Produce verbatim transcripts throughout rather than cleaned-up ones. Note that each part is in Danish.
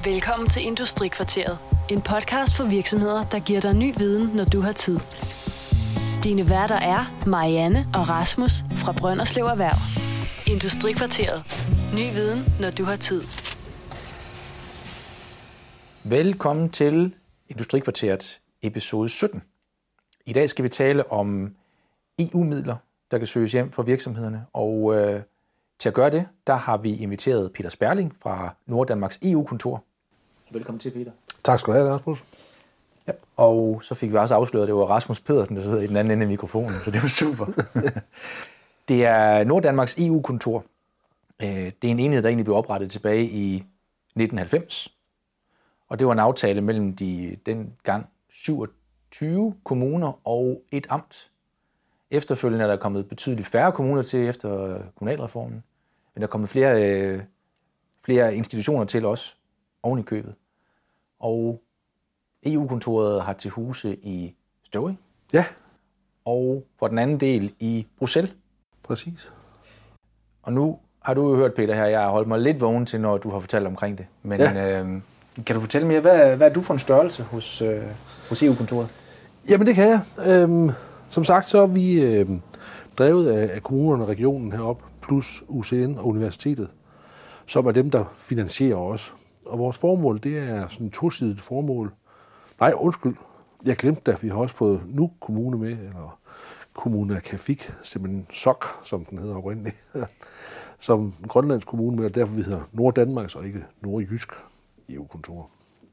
Velkommen til Industrikvarteret. En podcast for virksomheder, der giver dig ny viden, når du har tid. Dine værter er Marianne og Rasmus fra Brønderslev Erhverv. Industrikvarteret. Ny viden, når du har tid. Velkommen til Industrikvarteret episode sytten. I dag skal vi tale om E U-midler, der kan søges hjem for virksomhederne. Og øh, til at gøre det, der har vi inviteret Peter Sperling fra Norddanmarks E U-kontor. Velkommen til, Peter. Tak skal du have, Rasmus. Ja, og så fik vi også afsløret, at det var Rasmus Pedersen, der sidder i den anden ende af mikrofonen, så det var super. Det er Norddanmarks E U-kontor. Det er en enhed, der egentlig blev oprettet tilbage i nitten halvfems. Og det var en aftale mellem de dengang syvogtyve kommuner og et amt. Efterfølgende er der kommet betydeligt færre kommuner til efter kommunalreformen. Men der er kommet flere, øh, flere institutioner til os oven i købet. Og E U-kontoret har til huse i Støvring. Ja. Og for den anden del i Bruxelles. Præcis. Og nu har du jo hørt, Peter, her. Jeg har holdt mig lidt vågen til, når du har fortalt omkring det. Men ja. øh, kan du fortælle mere, hvad, hvad er du for en størrelse hos, øh, hos E U-kontoret? Jamen det kan jeg. Øhm, som sagt, så er vi øh, drevet af, af kommunerne og regionen heroppe, plus U C N og universitetet, som er dem, der finansierer os. Og vores formål, det er sådan et tosidigt formål. Nej, undskyld. Jeg glemte det, at vi har også fået Nuuk Kommune med, eller Kommune Kafik, simpelthen S O K, som den hedder oprindeligt, som en grønlandsk kommune med, og derfor vi hedder Norddanmarks og ikke Nordjysk E U-kontor.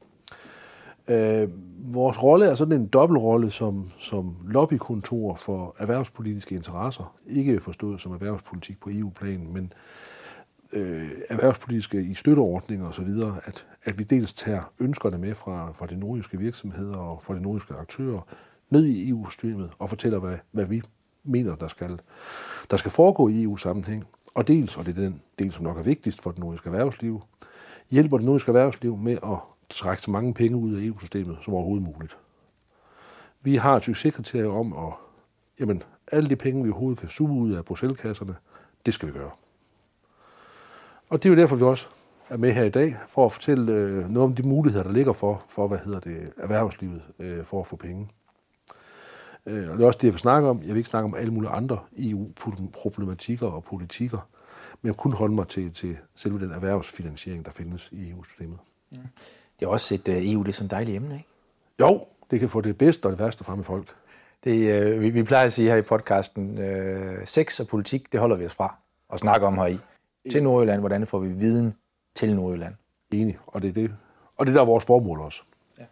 Øh, vores rolle er sådan en dobbeltrolle som, som lobbykontor for erhvervspolitiske interesser. Ikke forstået som erhvervspolitik på E U-planen, men øh, erhvervspolitiske i støtteordninger osv., at, at vi dels tager ønskerne med fra, fra de nordiske virksomheder og fra de nordiske aktører ned i E U-systemet og fortæller, hvad, hvad vi mener, der skal, der skal foregå i E U-sammenhæng. Og dels, og det er den del, som nok er vigtigst for det nordiske erhvervsliv, hjælper det nordiske erhvervsliv med at trække så mange penge ud af E U-systemet som overhovedet muligt. Vi har et succeskriterie om, at jamen, alle de penge, vi overhovedet kan suge ud af Bruxelles-kasserne, det skal vi gøre. Og det er jo derfor, vi også er med her i dag, for at fortælle øh, noget om de muligheder, der ligger for, for hvad hedder det, erhvervslivet øh, for at få penge. Øh, og det er også det, jeg vil snakke om. Jeg vil ikke snakke om alle mulige andre E U-problematikker og politikker, men jeg kun holde mig til, til selve den erhvervsfinansiering, der findes i E U-systemet. Ja. Det er også et uh, E U, det er sådan et dejligt emne, ikke? Jo, det kan få det bedste og det værste frem i folk. Det, øh, vi, vi plejer at sige her i podcasten, øh, sex og politik, det holder vi os fra og snakker om her i. Til Nordjylland, hvordan får vi viden til Nordjylland? Enig, og det er det. Og det der er vores formål også. Ja.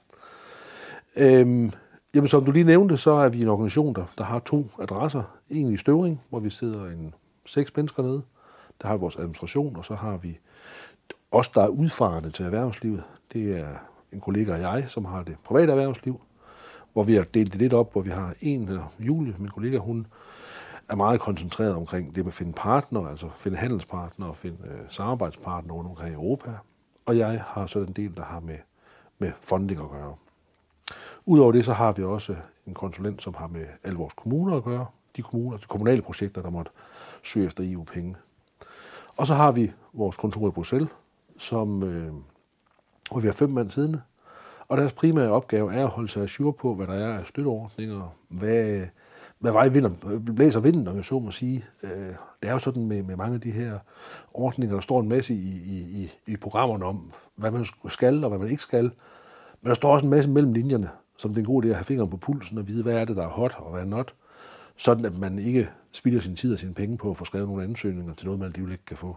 Øhm, jamen, som du lige nævnte, så er vi en organisation, der, der har to adresser. En i Støvring, hvor vi sidder en seks mennesker nede. Der har vi vores administration, og så har vi os, der er udfarende til erhvervslivet. Det er en kollega og jeg, som har det private erhvervsliv, hvor vi har delt det lidt op, hvor vi har en, eller Julie, min kollega, hun er meget koncentreret omkring det med at finde partner, altså finde handelspartner og finde øh, samarbejdspartner rundt omkring i Europa. Og jeg har så den del, der har med, med funding at gøre. Udover det, så har vi også en konsulent, som har med alle vores kommuner at gøre. De kommuner, de kommunale projekter, der måtte søge efter E U-penge. Og så har vi vores kontor i Bruxelles, som, øh, hvor vi har fem mand siddende. Og deres primære opgave er at holde sig ajour på, hvad der er af støtteordninger, hvad, hvad vej vinder, blæser vinden, om jeg så må sige. Øh, det er jo sådan med, med mange af de her ordninger, der står en masse i, i, i programmerne om, hvad man skal og hvad man ikke skal. Men der står også en masse mellem linjerne, som det er en god idé at have fingeren på pulsen og vide, hvad er det, der er hot og hvad er not. Sådan at man ikke spilder sin tid og sine penge på at få skrevet nogle ansøgninger til noget, man alligevel ikke kan få.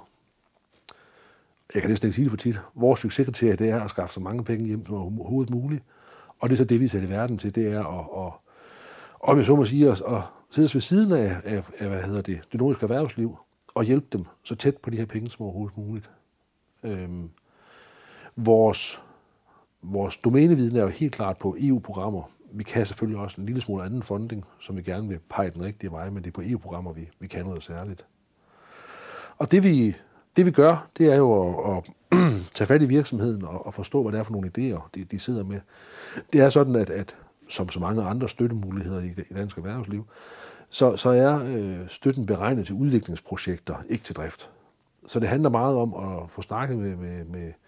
Jeg kan næsten ikke sige det for tit. Vores succeskriterie, det er at skaffe så mange penge hjem som overhovedet muligt. Og det er så det, vi sætter i verden til, det er at, at om jeg så må sige, at, at sidde ved siden af, af, af hvad hedder det, det nordiske erhvervsliv og hjælpe dem så tæt på de her penge som overhovedet muligt. Øhm, vores, vores domæneviden er jo helt klart på E U-programmer. Vi kan selvfølgelig også en lille smule anden funding, som vi gerne vil pege den rigtige vej, men det er på E U-programmer, vi, vi kan noget særligt. Og det vi, det vi gør, det er jo at, at tage fat i virksomheden og, og forstå, hvad det er for nogle idéer, de, de sidder med. Det er sådan, at, at som så mange andre støttemuligheder i, i dansk erhvervsliv, så, så er øh, støtten beregnet til udviklingsprojekter, ikke til drift. Så det handler meget om at få snakket med, med, med,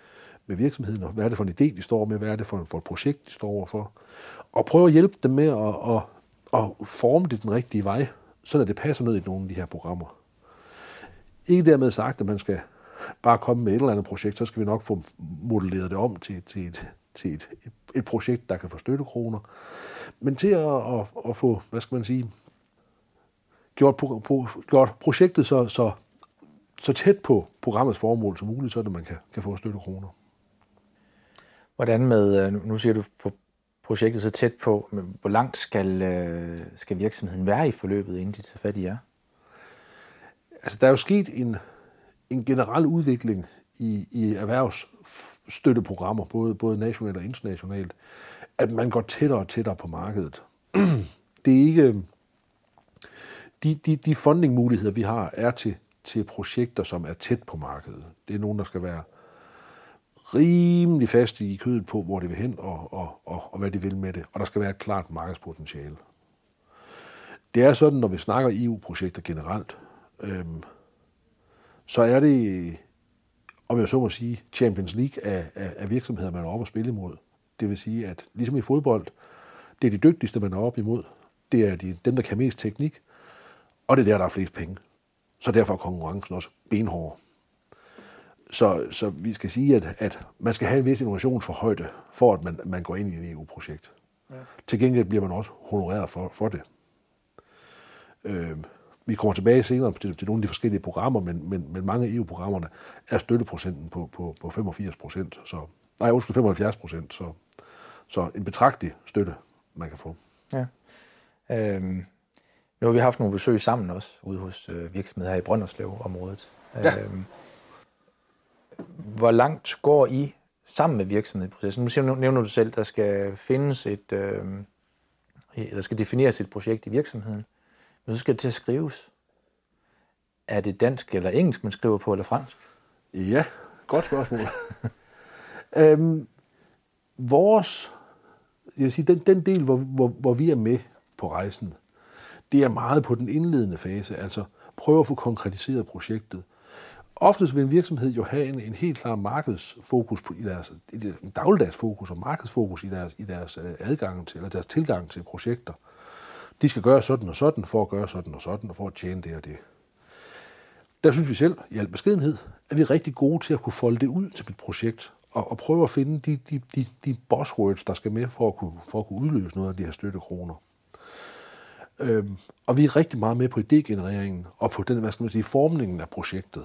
med virksomheden, og hvad er det for en idé, de står med, hvad er det for, for et projekt, de står overfor, og prøve at hjælpe dem med at, at, at forme det den rigtige vej, så det passer ned i nogle af de her programmer. Ikke dermed sagt, at man skal bare komme med et eller andet projekt, så skal vi nok få modelleret det om til, til, et, til et, et projekt, der kan få støttekroner. Men til at, at, at få, hvad skal man sige, gjort, gjort projektet så, så, så tæt på programmets formål som muligt, så at man kan, kan få støttekroner. Hvordan med, nu siger du, få projektet så tæt på, men hvor langt skal, skal virksomheden være i forløbet, inden de tager fat i jer? Altså, der er jo sket en, en generel udvikling i, i erhvervsstøtteprogrammer, både, både nationalt og internationalt, at man går tættere og tættere på markedet. Det er ikke... De, de, de fundingmuligheder, vi har, er til, til projekter, som er tæt på markedet. Det er nogen, der skal være rimelig fast i kødet på, hvor det vil hen, og, og, og, og hvad de vil med det. Og der skal være et klart markedspotentiale. Det er sådan, når vi snakker E U-projekter generelt, øhm, så er det, om jeg så må sige, Champions League af, af, af virksomheder, man er oppe at spille imod. Det vil sige, at ligesom i fodbold, det er de dygtigste, man er oppe imod. Det er de, dem, der kan mest teknik, og det er der, der er flest penge. Så derfor er konkurrencen også benhård. Så, så vi skal sige, at, at man skal have en vis innovationsforhøjde, for at man, man går ind i et E U-projekt. Ja. Til gengæld bliver man også honoreret for, for det. Øh, vi kommer tilbage senere til, til nogle af de forskellige programmer, men, men, men mange af E U-programmerne er støtteprocenten på, på, på femogfirs procent. Så, nej, undskyld, femoghalvfjerds procent. Så, så en betragtelig støtte, man kan få. Ja. Øhm, nu har vi haft nogle besøg sammen også, ude hos øh, virksomheder her i Brønderslev-området. Ja. Øhm, hvor langt går I sammen med virksomheden i processen? Nu, siger, nu nævner du selv, der skal findes et, øh, der skal defineres et projekt i virksomheden, men så skal det til at skrives. Er det dansk eller engelsk, man skriver på, eller fransk? Ja, godt spørgsmål. øhm, vores, jeg vil sige, den, den del, hvor, hvor, hvor vi er med på rejsen, det er meget på den indledende fase, altså prøve at få konkretiseret projektet. Oftest vil en virksomhed jo have en, en helt klar markedsfokus på, i deres en dagligdagsfokus og markedsfokus i deres, i deres adgang til, eller deres tilgang til projekter. De skal gøre sådan og sådan, for at gøre sådan og sådan, og for at tjene det og det. Der synes vi selv, i al beskedenhed, at vi er rigtig gode til at kunne folde det ud til et projekt, og, og prøve at finde de, de, de, de buzzwords, der skal med for at, kunne, for at kunne udløse noget af de her støttekroner. Øhm, og vi er rigtig meget med på idégenereringen, og på den, hvad skal man sige, formningen af projektet.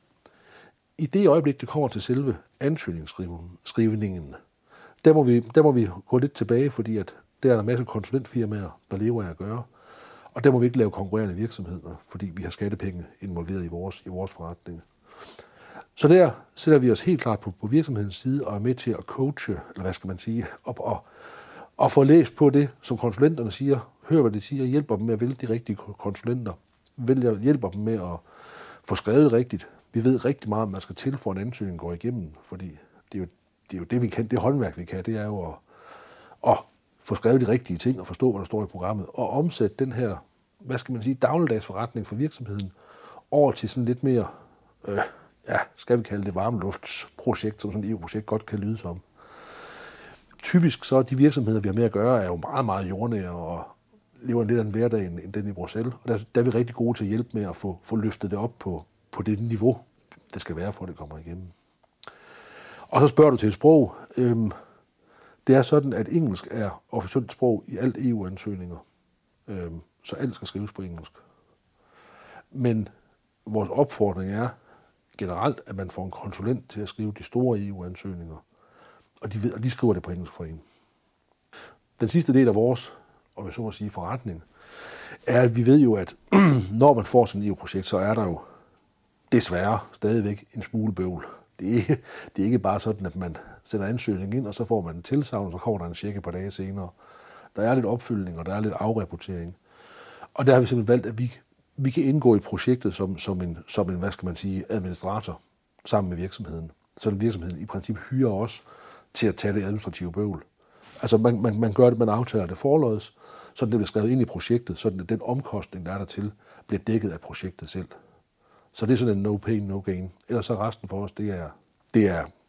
I det øjeblik, det kommer til selve ansøgningsskrivningen, der må vi, der må vi gå lidt tilbage, fordi at der er der en masse konsulentfirmaer, der lever af at gøre, og der må vi ikke lave konkurrerende virksomheder, fordi vi har skattepenge involveret i vores, i vores forretning. Så der sætter vi os helt klart på, på virksomhedens side og er med til at coache, eller hvad skal man sige, op og, og få læst på det, som konsulenterne siger, hør hvad de siger, hjælper dem med at vælge de rigtige konsulenter, vælger, hjælper dem med at få skrevet rigtigt. Vi ved rigtig meget, at man skal til, for en ansøgning går igennem, fordi det er jo det, er jo det vi kan, det håndværk, vi kan, det er jo at, at få skrevet de rigtige ting og forstå, hvad der står i programmet, og omsætte den her, hvad skal man sige, dagligdagsforretning for virksomheden over til sådan lidt mere, øh, ja, skal vi kalde det varmeluftsprojekt, som sådan et E U-projekt godt kan lyde som. Typisk så de virksomheder, vi har med at gøre, er jo meget, meget jordnære og lever en lidt af en hverdag end den i Bruxelles. Og der, der er vi rigtig gode til at hjælpe med at få, få løftet det op på, på det niveau, det skal være, for at det kommer igennem. Og så spørger du til et sprog. Øhm, det er sådan, at engelsk er officielt sprog i alt E U-ansøgninger. Øhm, så alt skal skrives på engelsk. Men vores opfordring er generelt, at man får en konsulent til at skrive de store E U-ansøgninger. Og de, ved, og de skriver det på engelsk for en. Den sidste del af vores, og jeg så må sige, forretning, er, at vi ved jo, at når man får sådan et E U-projekt, så er der jo desværre stadigvæk en smule bøvl. Det er, ikke, det er ikke bare sådan, at man sender ansøgning ind, og så får man en tilsagn, og så kommer der en check et par dage senere. Der er lidt opfølgning, og der er lidt afrapportering. Og der har vi simpelthen valgt, at vi, vi kan indgå i projektet som, som, en, som en, hvad skal man sige, administrator sammen med virksomheden. Så den virksomheden i princippet hyrer os til at tage det administrative bøvl. Altså man, man, man gør det, man aftaler det forlods, så det bliver skrevet ind i projektet, så den omkostning, der er der til, bliver dækket af projektet selv. Så det er sådan en no pain, no gain. Ellers så resten for os, det er, det er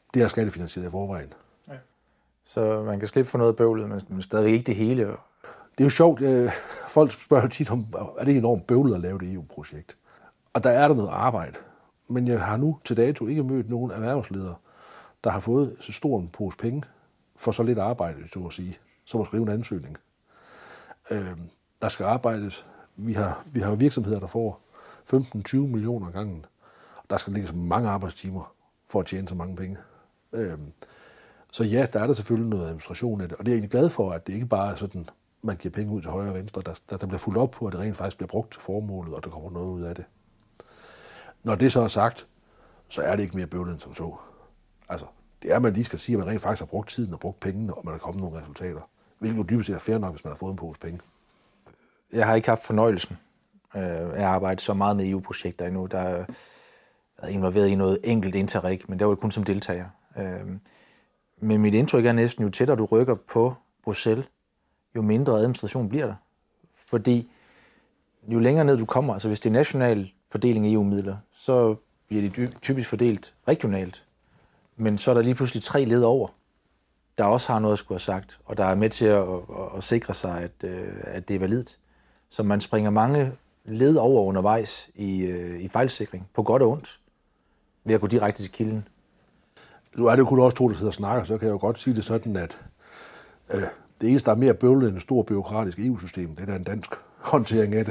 det er skattefinansieret i forvejen. Ja. Så man kan slippe for noget bøvlet, men stadig ikke det hele. Det er jo sjovt. Øh, folk spørger tit om, er det enormt bøvlet at lave det E U-projekt? Og der er der noget arbejde. Men jeg har nu til dato ikke mødt nogen erhvervsledere, der har fået så stor en pose penge for så lidt arbejde, så at sige, som at skrive en ansøgning. Øh, der skal arbejdes. Vi har, vi har virksomheder, der får femten til tyve millioner gangen. Der skal ligge så mange arbejdstimer for at tjene så mange penge. Øh, så ja, der er der selvfølgelig noget administration af det. Og det er jeg egentlig glad for, at det ikke bare er sådan, man giver penge ud til højre og venstre. Der, der, der bliver fuldt op på, at det rent faktisk bliver brugt til formålet, og der kommer noget ud af det. Når det så er sagt, så er det ikke mere bøvlet end som så. Altså, det er, at man lige skal sige, at man rent faktisk har brugt tiden og brugt pengene, og man har kommet nogle resultater. Hvilket jo dybest set er fair nok, hvis man har fået en pose penge. Jeg har ikke haft fornøjelsen øh, af at arbejde så meget med E U-projekter endnu. Der er involveret i noget enkelt interreg, men der var det kun som deltager. Øh, men mit indtryk er næsten, jo tættere du rykker på Bruxelles, jo mindre administration bliver der. Fordi jo længere ned du kommer, altså hvis det er national fordeling af E U-midler, så bliver de typisk fordelt regionalt. Men så er der lige pludselig tre led over, der også har noget at skulle have sagt, og der er med til at, at, at sikre sig, at, at det er validt. Så man springer mange led over undervejs i, i fejlsikring, på godt og ondt, ved at gå direkte til kilden. Nu er det jo kun også to, der sidder og snakker, så kan jeg jo godt sige det sådan, at øh, det eneste, der er mere bøvlet end et stort byråkratisk E U-system, det er en dansk håndtering af det.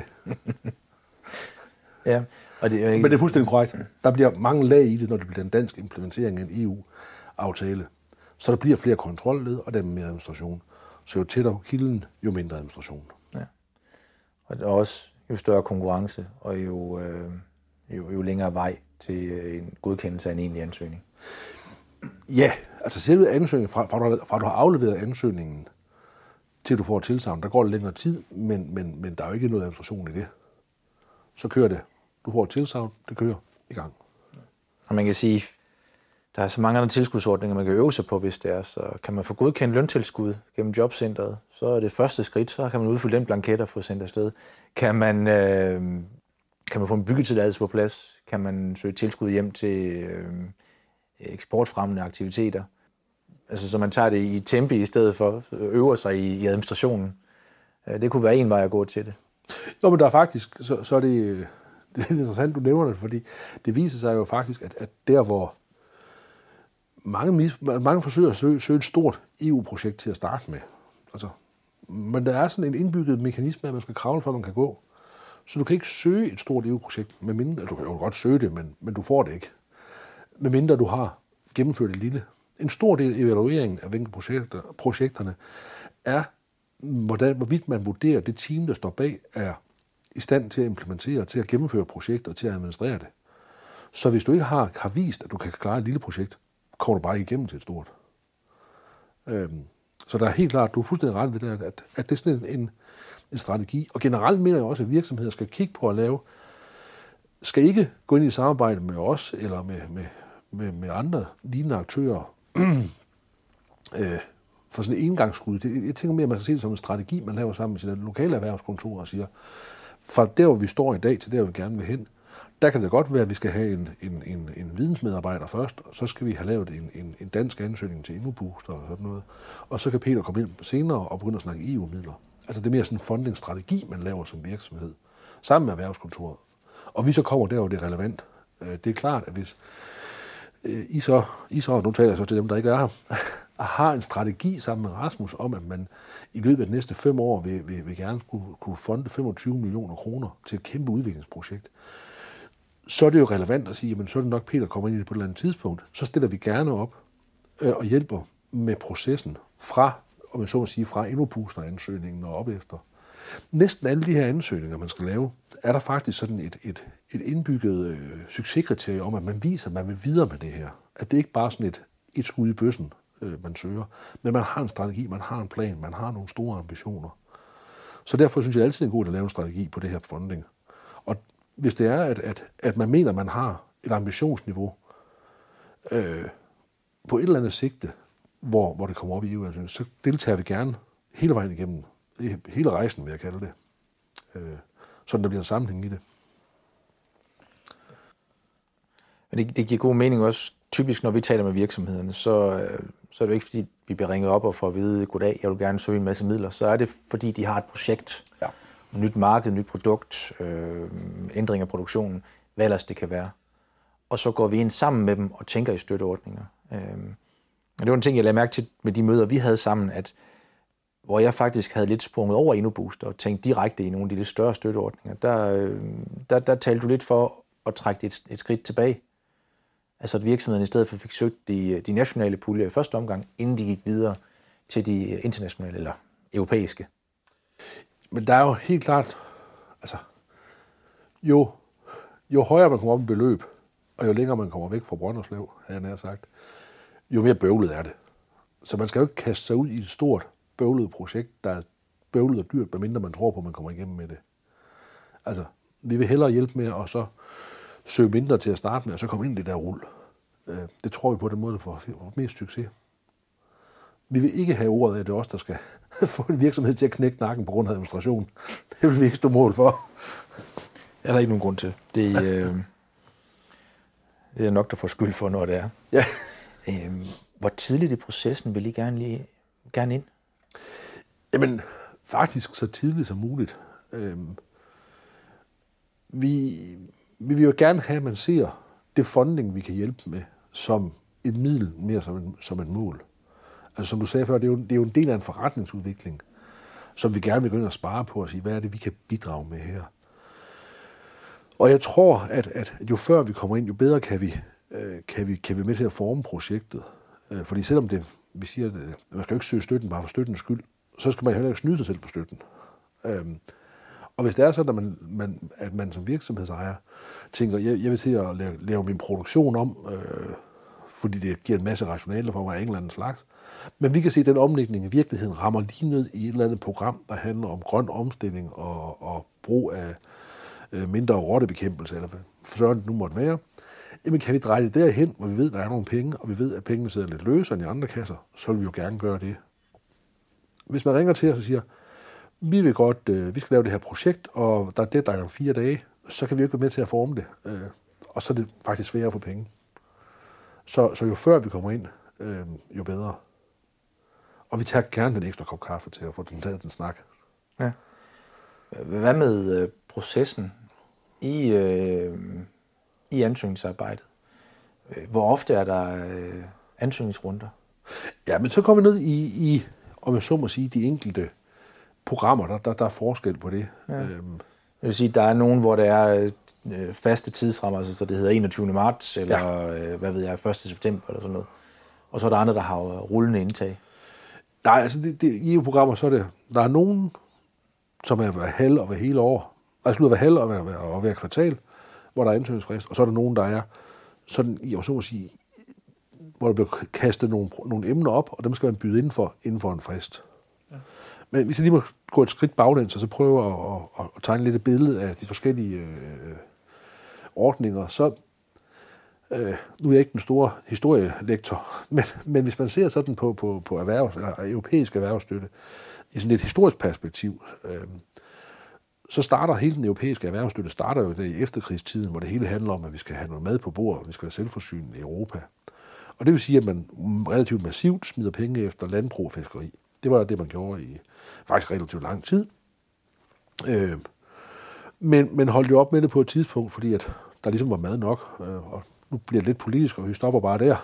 Ja, og det er ikke... Men det er fuldstændig korrekt. Der bliver mange lag i det, når det bliver en dansk implementering af en E U-aftale. Så der bliver flere kontrolled, og dermed mere administration. Så jo tættere på kilden, jo mindre administration. Ja. Og også jo større konkurrence, og jo, øh, jo, jo længere vej til en godkendelse af en egentlig ansøgning. Ja, altså selve ansøgningen, fra, fra, du, fra du har afleveret ansøgningen, til du får tilsagn, der går det længere tid, men, men, men der er jo ikke noget administration i det. Så kører det. Du får et tilsagn, det kører i gang. Og man kan sige, der er så mange andre tilskudsordninger, man kan øve sig på, hvis det er. Så kan man få godkendt løntilskud gennem jobcentret, så er det første skridt, så kan man udfylde den blanket og få sendt afsted. Kan man, øh, kan man få en byggetilladelse på plads? Kan man søge tilskud hjem til øh, eksportfremmende aktiviteter? Altså, så man tager det i tempi i stedet for at øve sig i, i administrationen. Det kunne være en vej at gå til det. Jo, men der er faktisk, så, så er det, det er interessant, du nævner det, fordi det viser sig jo faktisk, at, at der, hvor mange, mange forsøger at søge, søge et stort E U-projekt til at starte med, altså, men der er sådan en indbygget mekanisme, at man skal kravle, før man kan gå. Så du kan ikke søge et stort E U-projekt, med mindre, du kan jo godt søge det, men, men du får det ikke, med mindre du har gennemført et lille. En stor del af evalueringen af hvilke projekter, projekterne er, hvordan, hvorvidt man vurderer, at det team, der står bag, er i stand til at implementere, til at gennemføre projekter og til at administrere det. Så hvis du ikke har, har vist, at du kan klare et lille projekt, kommer du bare igennem til et stort. Øhm, så der er helt klart, du er fuldstændig ret ved det, at, at det er sådan en, en, en strategi. Og generelt mener jeg også, at virksomheder skal kigge på at lave, skal ikke gå ind i samarbejde med os, eller med, med, med, med andre lignende aktører, øh, for sådan en engangsskud. Jeg tænker mere, at man skal se det som en strategi, man laver sammen med sine lokale erhvervskontorer og siger, fra der, hvor vi står i dag, til der, hvor vi gerne vil hen, der kan det godt være, at vi skal have en, en, en, en vidensmedarbejder først, og så skal vi have lavet en, en, en dansk ansøgning til InnoBooster og sådan noget. Og så kan Peter komme ind senere og begynde at snakke E U-midler. Altså det er mere sådan en funding-strategi, man laver som virksomhed, sammen med erhvervskontoret. Og vi så kommer der, hvor det er relevant. Det er klart, at hvis I så, I så, nu taler jeg så til dem, der ikke er her, har en strategi sammen med Rasmus om, at man i løbet af de næste fem år vil, vil, vil gerne kunne, kunne fonde femogtyve millioner kroner til et kæmpe udviklingsprojekt, så er det jo relevant at sige, men så er det nok Peter kommer ind i det på et eller andet tidspunkt. Så stiller vi gerne op øh, og hjælper med processen fra, om jeg så må sige, fra InnoBooster-ansøgningen og op efter. Næsten alle de her ansøgninger, man skal lave, er der faktisk sådan et, et, et indbygget øh, succeskriterie om, at man viser, at man vil videre med det her. At det ikke bare er sådan et, et skud i bøssen, øh, man søger, men man har en strategi, man har en plan, man har nogle store ambitioner. Så derfor synes jeg altid, det er en god at lave en strategi på det her funding. Og hvis det er, at, at, at man mener, at man har et ambitionsniveau øh, på et eller andet sigte, hvor, hvor det kommer op i E U, så deltager vi gerne hele vejen igennem. Hele rejsen, vil jeg kalde det. Øh, sådan der bliver en sammenhæng i det. Men det, det giver god mening også, typisk, når vi taler med virksomhederne, så, så er det ikke, fordi vi bliver ringet op og får at vide, goddag, jeg vil gerne søge en masse midler. Så er det, fordi de har et projekt, ja. et nyt marked, et nyt produkt, øh, ændring af produktionen, hvad ellers det kan være. Og så går vi ind sammen med dem og tænker i støtteordninger. Øh, og det var en ting, jeg lagde mærke til med de møder, vi havde sammen, at hvor jeg faktisk havde lidt sprunget over InnoBoost og tænkt direkte i nogle af de lidt større støtteordninger, der, øh, der, der talte du lidt for at trække det et, et skridt tilbage. Altså at virksomheden i stedet for fik søgt de, de nationale puljer i første omgang, inden de gik videre til de internationale eller europæiske. Men der er jo helt klart, altså jo, jo højere man kommer op i beløb, og jo længere man kommer væk fra Brønderslev, havde jeg nær sagt, jo mere bøvlet er det. Så man skal jo ikke kaste sig ud i et stort bøvlet projekt, der er bøvlet og dyrt, medmindre man tror på, at man kommer igennem med det. Altså, vi vil hellere hjælpe med at så søge mindre til at starte med, og så komme ind i det der rul. Det tror vi på den måde, der får mest succes. Vi vil ikke have ordet af det os, der skal få en virksomhed til at knække nakken på grund af administration. Det vil vi ikke stå mål for. Det er der ikke nogen grund til. Det, øh, det er nok, der får skyld for, når det er. Ja. Øh, hvor tidligt i processen vil I gerne, lige, gerne ind? Jamen, faktisk så tidligt som muligt. Øh, vi, vi vil jo gerne have, at man ser det funding, vi kan hjælpe med, som et middel mere som, en, som et mål. Altså som du sagde før, det er, jo, det er jo en del af en forretningsudvikling, som vi gerne vil gå ind og spare på og sige, hvad er det, vi kan bidrage med her. Og jeg tror, at, at jo før vi kommer ind, jo bedre kan vi, øh, kan vi, kan vi med til at forme projektet. Øh, fordi selvom det, vi siger, at man skal jo ikke søge støtten bare for støttens skyld, så skal man heller ikke snyde sig selv for støtten. Øh, og hvis det er sådan, at man, man, at man som virksomhedsejer tænker, jeg, jeg vil til at lave, lave min produktion om, øh, fordi det giver en masse rationaler for mig af en eller anden slags, men vi kan se, at den omlægning i virkeligheden rammer lige ned i et eller andet program, der handler om grøn omstilling og, og brug af øh, mindre rottebekæmpelse, eller hvad sådan det nu måtte være. Jamen kan vi dreje det derhen, hvor vi ved, at der er nogle penge, og vi ved, at pengene sidder lidt løsere end i andre kasser, så vil vi jo gerne gøre det. Hvis man ringer til os og siger, vi vil godt, øh, vi skal lave det her projekt, og der er deadline om fire dage, så kan vi jo ikke være med til at forme det. Øh, og så er det faktisk sværere at få penge. Så, så jo før vi kommer ind, øh, jo bedre. Og vi tager gerne den ekstra kop kaffe til at få den taget den snak. Ja. Hvad med øh, processen i, øh, i ansøgningsarbejdet? Hvor ofte er der øh, ansøgningsrunder? Ja, men så kommer vi ned i, i om jeg så må sige, de enkelte programmer, der, der, der er forskel på det. Ja. Øhm. Jeg vil sige, der er nogen, hvor der er øh, faste tidsrammer, altså, så det hedder enogtyvende marts, eller ja. øh, hvad ved jeg, første september, eller sådan noget. Og så er der andre, der har rullende indtag. Nej, altså det, det, i E U-programmer, så er det, der er nogen, som er hver halv og hver hele år, altså hver halv og hver, hver, og hver kvartal, hvor der er ansøgningsfrist, og så er der nogen, der er sådan, jeg så må sige, hvor der bliver kastet nogle, nogle emner op, og dem skal man byde inden for, inden for en frist. Ja. Men hvis jeg lige må gå et skridt baglæns, og så prøve at, at, at tegne lidt et billede af de forskellige øh, ordninger, så øh, nu er jeg ikke den store historielektor, men, men hvis man ser sådan på, på, på erhvervs, europæisk erhvervsstøtte i sådan et historisk perspektiv, øh, så starter hele den europæiske erhvervsstøtte starter jo i efterkrigstiden, hvor det hele handler om, at vi skal have noget mad på bordet, vi skal være selvforsynende i Europa. Og det vil sige, at man relativt massivt smider penge efter landbrug og fiskeri. Det var det, man gjorde i faktisk relativt lang tid. Øh, men, men holdt jo op med det på et tidspunkt, fordi at der ligesom var mad nok, øh, og nu bliver det lidt politisk, og vi stopper bare der.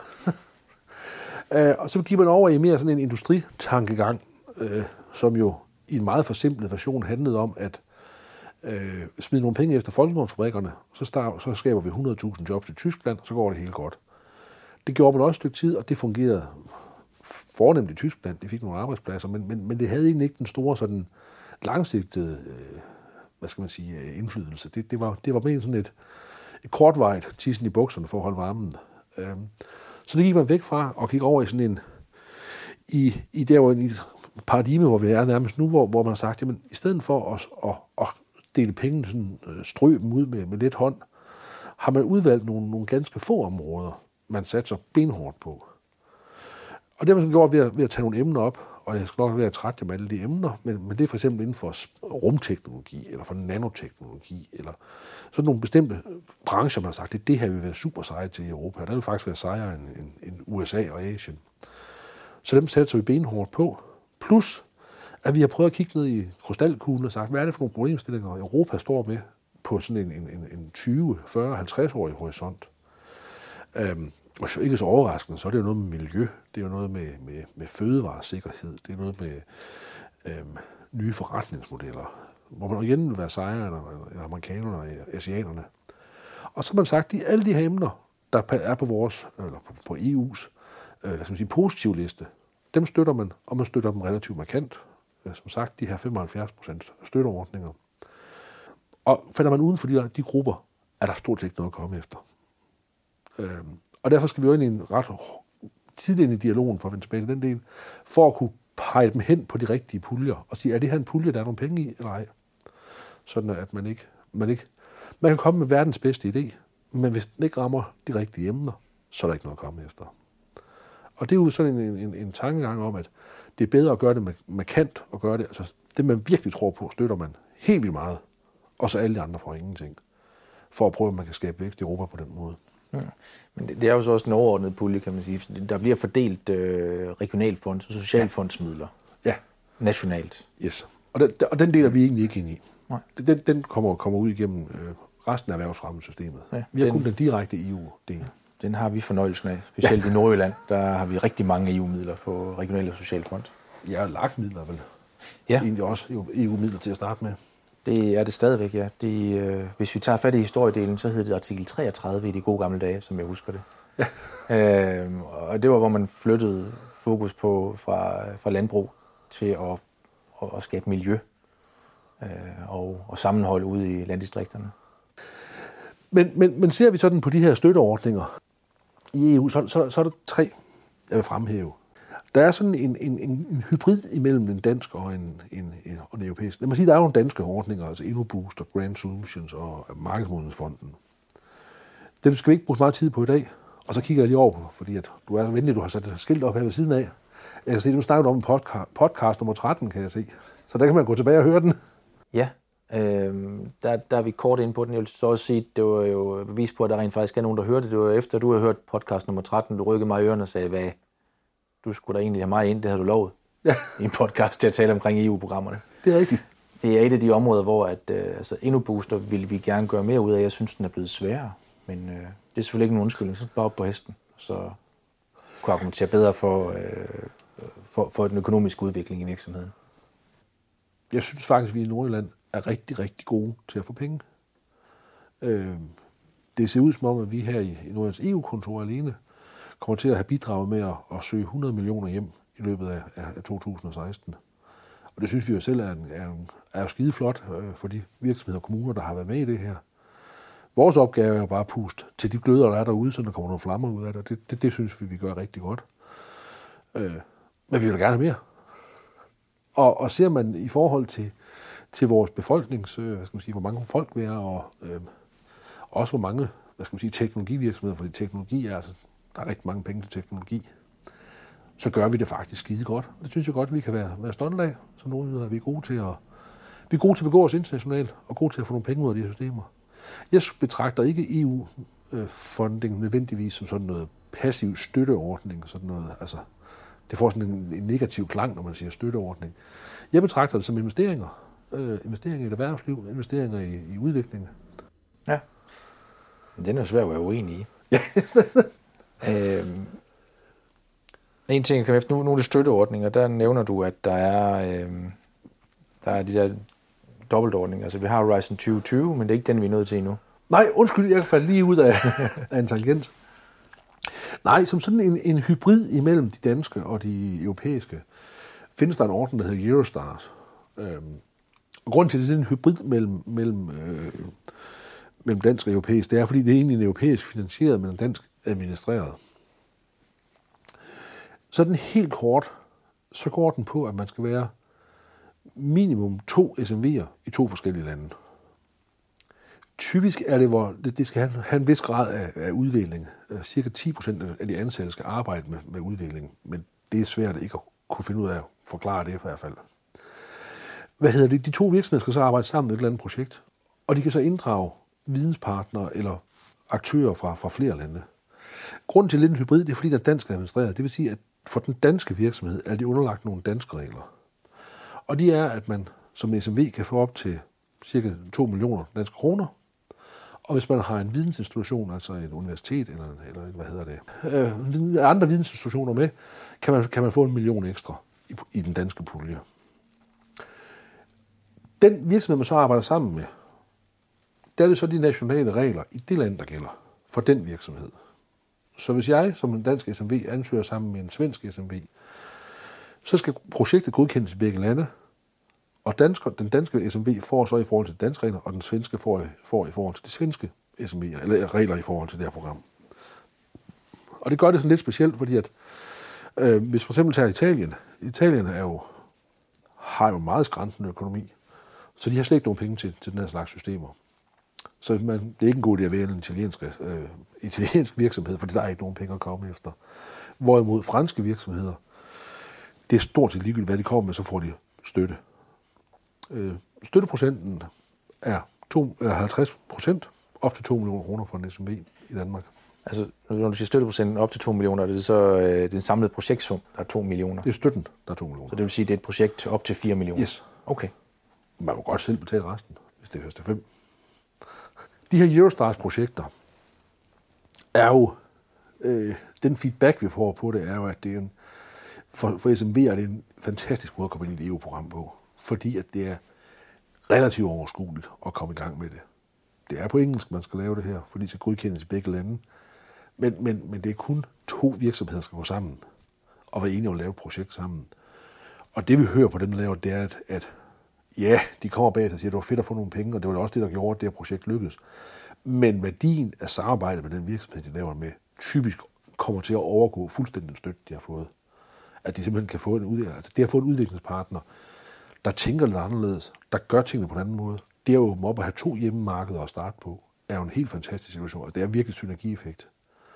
øh, og så giver man over i mere sådan en industritankegang, øh, som jo i en meget forsimplet version handlede om, at øh, smide nogle penge efter folkevognsfabrikkerne, så, start, så skaber vi hundrede tusind jobs i Tyskland, og så går det helt godt. Det gjorde man også et stykke tid, og det fungerede fornemt i Tyskland. De fik nogle arbejdspladser, men, men, men det havde egentlig ikke den store sådan langsigtede øh, hvad skal man sige, indflydelse. Det, det, var, det var mere sådan et, et kortvarigt tissen i bukserne for at holde varmen. Øhm, så det gik man væk fra og gik over i sådan en i, i der i et paradigme, hvor vi er nærmest nu, hvor, hvor man har sagt, jamen i stedet for at, at, at dele pengene sådan, strø dem ud med, med lidt hånd, har man udvalgt nogle, nogle ganske få områder, man satser benhårdt på. Og det har man gjort ved at, ved at tage nogle emner op og jeg skal nok være træt med alle de emner, men, men det er for eksempel inden for rumteknologi, eller for nanoteknologi, eller sådan nogle bestemte brancher, man har sagt, at det her vil være super seje til Europa. Der vil faktisk være sejere end, end, end U S A og Asien. Så dem sætter vi benhårdt på. Plus, at vi har prøvet at kigge ned i krystalkuglen og sagt, hvad er det for nogle problemstillinger, Europa står med på sådan en, en, en tyve, fyrre, halvtreds-årig horisont. Øhm, og ikke så overraskende, så er det jo noget med miljø, det er jo noget med, med, med fødevaresikkerhed, det er noget med øhm, nye forretningsmodeller, hvor man igen vil være sejre, eller, eller amerikanerne og asiaterne. Og så har man sagt, at alle de her emner, der er på vores, eller på, på E U's øh, hvad skal man sige, positive liste, dem støtter man, og man støtter dem relativt markant. Som sagt, de her femoghalvfjerds procent støtteordninger. Og falder man uden for de, de grupper, er der stort set ikke noget at komme efter. Øhm, og derfor skal vi jo ind i en ret tidlig ind i dialogen, for at vende tilbage til den del, for at kunne pege dem hen på de rigtige puljer, og sige, er det her en pulje, der er nogle penge i, eller ej? Sådan at man ikke, man ikke... Man kan komme med verdens bedste idé, men hvis den ikke rammer de rigtige emner, så er der ikke noget at komme efter. Og det er jo sådan en, en, en tankegang om, at det er bedre at gøre det markant, og gøre det, altså det man virkelig tror på, støtter man helt vildt meget, og så alle de andre får ingenting, for at prøve, at man kan skabe vækst i Europa på den måde. Ja. Men det, det er jo så også en overordnet pulje, kan man sige. Der bliver fordelt øh, regionalfonds og socialfondsmidler. Ja. Nationalt. Yes. Og den, og den deler vi egentlig ikke ind i. Nej. Den, den kommer, kommer ud igennem øh, resten af erhvervsfremmesystemet. Ja, vi har den, kun den direkte E U-del. Ja. Den har vi fornøjelsen af. Specielt ja. I Nordjylland, der har vi rigtig mange E U-midler på regionale og socialfond. Ja, og lagt-midler vel. Ja. Egentlig også E U-midler til at starte med. Det er det stadigvæk, ja. Det, øh, hvis vi tager fat i historiedelen, så hedder det artikel treogtredive i de gode gamle dage, som jeg husker det. Ja. Øh, og det var, hvor man flyttede fokus på fra, fra landbrug til at, at, at skabe miljø øh, og, og sammenhold ude i landdistrikterne. Men, men, men ser vi sådan på de her støtteordninger i E U, så, så, så er der tre, jeg vil fremhæve. Der er sådan en, en, en hybrid imellem en dansk og en, en, en, og en europæisk. Lad mig sige, der er jo en danske ordninger, altså InnoBoost og Grand Solutions og Markedsmodningsfonden. Dem skal vi ikke bruge så meget tid på i dag. Og så kigger jeg lige over på, fordi at du er så venlig, du har sat et skilt op her ved siden af. Jeg kan se, du snakkede om en podcast, podcast nummer tretten, kan jeg se. Så der kan man gå tilbage og høre den. Ja, øh, der, der er vi kort inde på den. Jeg vil så også sige, at det var jo bevis på, at der rent faktisk er nogen, der hørte det. Det var efter, du har hørt podcast nummer tretten, du rykkede mig i ørerne og sagde, hvad du skulle da egentlig have mig ind, det havde du lovet. Ja. I en podcast til at tale omkring E U-programmerne. Det er rigtigt. Det er et af de områder, hvor at, øh, altså, InnoBooster vil vi gerne gøre mere ud af. Jeg synes, den er blevet sværere. Men øh, det er selvfølgelig ikke en undskyldning. Så bare op på hesten. Så kunne argumentere bedre for, øh, for, for den økonomiske udvikling i virksomheden. Jeg synes faktisk, at vi i Nordjylland er rigtig, rigtig gode til at få penge. Øh, det ser ud som om, at vi her i, i Nordjyllands E U-kontor alene kommer til at have bidraget med at, at søge hundrede millioner hjem i løbet af, af to tusind og seksten. Og det synes vi jo selv er, en, er, en, er jo skide flot øh, for de virksomheder og kommuner, der har været med i det her. Vores opgave er jo bare at puste til de gløder, der er derude, så der kommer nogle flammer ud af det. Det, det, det synes vi, vi gør rigtig godt. Øh, men vi vil gerne have mere. Og, og ser man i forhold til, til vores befolknings, øh, hvad skal man sige, hvor mange folk vi er, og øh, også hvor mange, hvad skal man sige, teknologivirksomheder, fordi teknologi er, altså, der er rigtig mange penge til teknologi, så gør vi det faktisk skide godt. Det synes jeg godt, vi kan være, være stolte af. Så nogle er vi gode til at, vi er gode til at begå os internationalt, og gode til at få nogle penge ud af de her systemer. Jeg betragter ikke E U-funding nødvendigvis som sådan noget passiv støtteordning, sådan noget, altså, det får sådan en, en negativ klang, når man siger støtteordning. Jeg betragter det som investeringer. Øh, investeringer i et erhvervsliv, investeringer i, i udvikling. Ja, men den er svært at være uenig i. Ja. øhm, en ting, kan efter nu, nu er det støtteordninger, der nævner du, at der er, øhm, der er de der dobbeltordninger. Altså vi har Horizon tyve tyve, men det er ikke den, vi er nødt til endnu. Nej, undskyld, jeg kan falde lige ud af, af intelligens. Nej, som sådan en, en hybrid imellem de danske og de europæiske, findes der en ordning, der hedder Eurostars. Øhm, og grunden til, at det er en hybrid mellem, mellem, øh, mellem dansk og europæisk, det er, fordi det er egentlig en europæisk finansieret, men en dansk administreret. Så den helt kort, så går den på, at man skal være minimum to S M V'er i to forskellige lande. Typisk er det, hvor det, det skal have, have en vis grad af, af udvikling. Cirka ti procent af de ansatte skal arbejde med, med udvikling, men det er svært ikke at kunne finde ud af forklare det i hvert fald. Hvad hedder det? De to virksomheder skal så arbejde sammen med et eller andet projekt, og de kan så inddrage videnspartnere eller aktører fra, fra flere lande. Grunden til lidt en hybrid, det er fordi, der er dansk administreret. Det vil sige, at for den danske virksomhed er de underlagt nogle danske regler. Og de er, at man som S M V kan få op til cirka to millioner danske kroner. Og hvis man har en vidensinstitution, altså et universitet eller, eller hvad hedder det, øh, andre vidensinstitutioner med, kan man, kan man få en million ekstra i, i den danske pulje. Den virksomhed, man så arbejder sammen med, der er det så de nationale regler i det land, der gælder for den virksomhed. Så hvis jeg som en dansk S M V ansøger sammen med en svensk S M V, så skal projektet godkendes i begge lande, og dansker, den danske S M V får så i forhold til de danske regler, og den svenske får i, får i forhold til de svenske S M V'er, eller regler i forhold til det her program. Og det gør det sådan lidt specielt, fordi at, øh, hvis for eksempel tager Italien, Italien er jo, har jo meget skræntende økonomi, så de har slet ikke nogen penge til, til den her slags systemer. Så man, det er ikke en god idé at vælge en italiensk, øh, italiensk virksomhed, for der er ikke nogen penge at komme efter. Hvorimod franske virksomheder, det er stort set ligegyldigt, hvad de kommer med, så får de støtte. Øh, støtteprocenten er to, øh, halvtreds procent, op til to millioner kroner for en S M V i Danmark. Altså, når du siger støtteprocenten op til to millioner, er det så øh, den samlede projektsum, der er to millioner? Det er støtten, der er to millioner. Så det vil sige, at det er et projekt til op til fire millioner? Yes. Okay. Man må godt selv betale resten, hvis det høres til fem. De her Eurostars-projekter er jo, øh, den feedback, vi får på det, er jo, at det er en, for, for S M V'er er det en fantastisk måde at komme ind i et E U-program på, fordi at det er relativt overskueligt at komme i gang med det. Det er på engelsk, man skal lave det her, fordi det skal godkendes i begge lande, men, men, men det er kun to virksomheder, der skal gå sammen og være enige om at lave et projekt sammen. Og det vi hører på dem, der laver, det er, at, at ja, de kommer bag og siger, at det var fedt at få nogle penge, og det var også det, der gjorde, at det her projekt lykkedes. Men værdien af samarbejdet med den virksomhed, de laver med, typisk kommer til at overgå fuldstændig den støtte, de har fået. At de simpelthen kan få en, ud, altså, det at få en udviklingspartner, der tænker lidt anderledes, der gør tingene på en anden måde. Det at åbne op og have to hjemmemarkeder at starte på, er jo en helt fantastisk situation. Det er virkelig synergieffekt.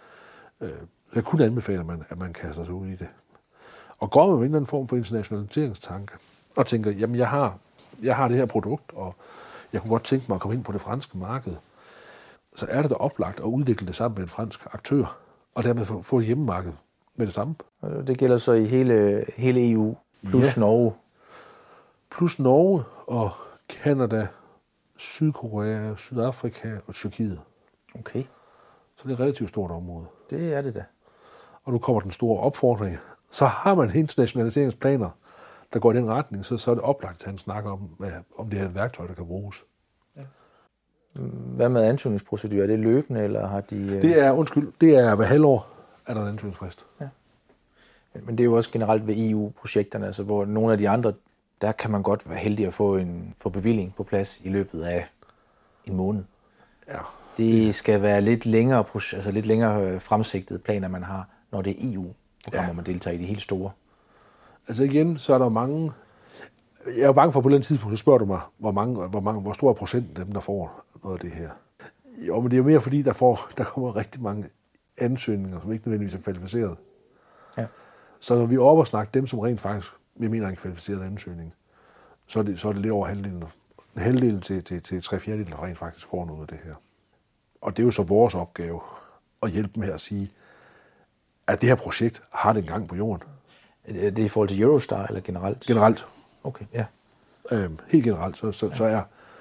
Jeg kunne anbefale, at man, at man kaster sig ud i det. Og går man med en eller anden form for internationaliseringstanke, og tænker, jamen jeg har, jeg har det her produkt, og jeg kunne godt tænke mig at komme ind på det franske marked, så er det da oplagt at udvikle det sammen med en fransk aktør, og dermed få, få et hjemmemarked med det samme. Det gælder så i hele, hele E U, plus ja. Norge? Plus Norge og Canada, Sydkorea, Sydafrika og Tyrkiet. Okay. Så det er et relativt stort område. Det er det da. Og nu kommer den store opfordring. Så har man internationaliseringsplaner, der går i den retning, så, så er det oplagt, at han snakker om, hvad, om det er et værktøj, der kan bruges. Ja. Hvad med ansøgningsprocedur? Er det løbende, eller har de... Det er, undskyld, det er hver halvår, er der en ansøgningsfrist. Ja. Men det er jo også generelt ved E U-projekterne, altså hvor nogle af de andre, der kan man godt være heldig at få en få bevilling på plads i løbet af en måned. Ja. Det skal være lidt længere, altså lidt længere fremsigtede planer, man har, når det er E U-programmer, ja. Man deltager i de helt store. Altså igen, så er der mange... Jeg er jo bange for, på den tidspunkt, så spørger du mig, hvor, mange, hvor, mange, hvor stor er procenten af dem, der får noget af det her. Jo, men det er jo mere fordi, der, får, der kommer rigtig mange ansøgninger, som ikke nødvendigvis er kvalificeret. Ja. Så når vi er oppe og snakker dem, som rent faktisk, vi mener en kvalificeret ansøgning, så er det, så er det lidt over halvdelen, en halvdel til, til, til tre fjerdedel, der rent faktisk får noget af det her. Og det er jo så vores opgave at hjælpe dem her at sige, at det her projekt har det en gang på jorden. Er det i forhold til Eurostar eller generelt? Generelt. Okay, ja. Øhm, helt generelt, så, så, ja. så er,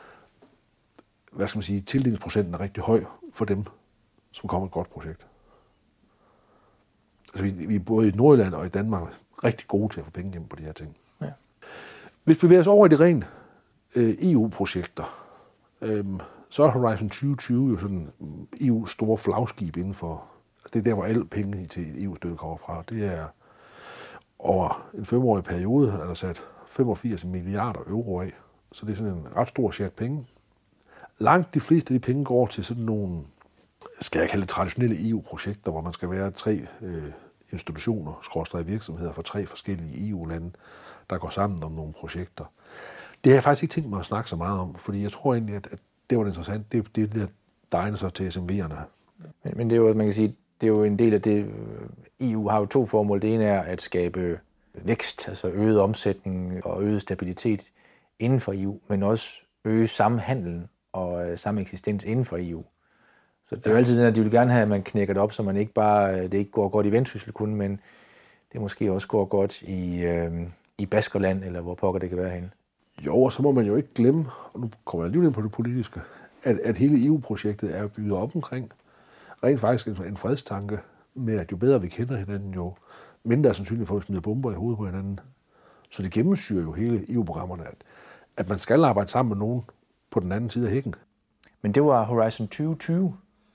hvad skal man sige, tildelingsprocenten er rigtig høj for dem, som kommer et godt projekt. Altså vi, vi er både i Nordjylland og i Danmark rigtig gode til at få penge hjem på de her ting. Ja. Hvis vi bevæger os over i de rene øh, E U-projekter, øh, så er Horizon tyve tyve jo sådan E U's store flagskib inden for, det er der, hvor alle penge til E U-støtte kommer fra. Det er over en femårig periode, er der sat femogfirs milliarder euro af, så det er sådan en ret stor sjat penge. Langt de fleste af de penge går til sådan nogle, skal jeg kalde det traditionelle E U-projekter, hvor man skal være tre øh, institutioner, skråstrege virksomheder fra tre forskellige E U-lande, der går sammen om nogle projekter. Det har jeg faktisk ikke tænkt mig at snakke så meget om, fordi jeg tror egentlig, at, at det var interessant. Det, det, det der egner sig til S M V'erne. Men, men det er jo, man kan sige, det er jo en del af det. E U har jo to formål. Det ene er at skabe vækst, altså øget omsætning og øget stabilitet inden for E U, men også øge samhandlen og øh, samme eksistens inden for E U. Så det er jo altid den, at de vil gerne have, at man knækker det op, så man ikke bare, det ikke går godt i Vendsyssel kun, men det måske også går godt i, øh, i Baskerland, eller hvor pokker det kan være henne. Jo, og så må man jo ikke glemme, og nu kommer jeg lige ind på det politiske, at, at hele E U-projektet er bygget op omkring rent faktisk en, en fredstanke med, at jo bedre vi kender hinanden, jo mindre er sandsynligt for at smide bomber i hovedet på hinanden. Så det gennemsyrer jo hele E U-programmerne, at, at man skal arbejde sammen med nogen på den anden side af hækken. Men det var Horizon tyve tyve?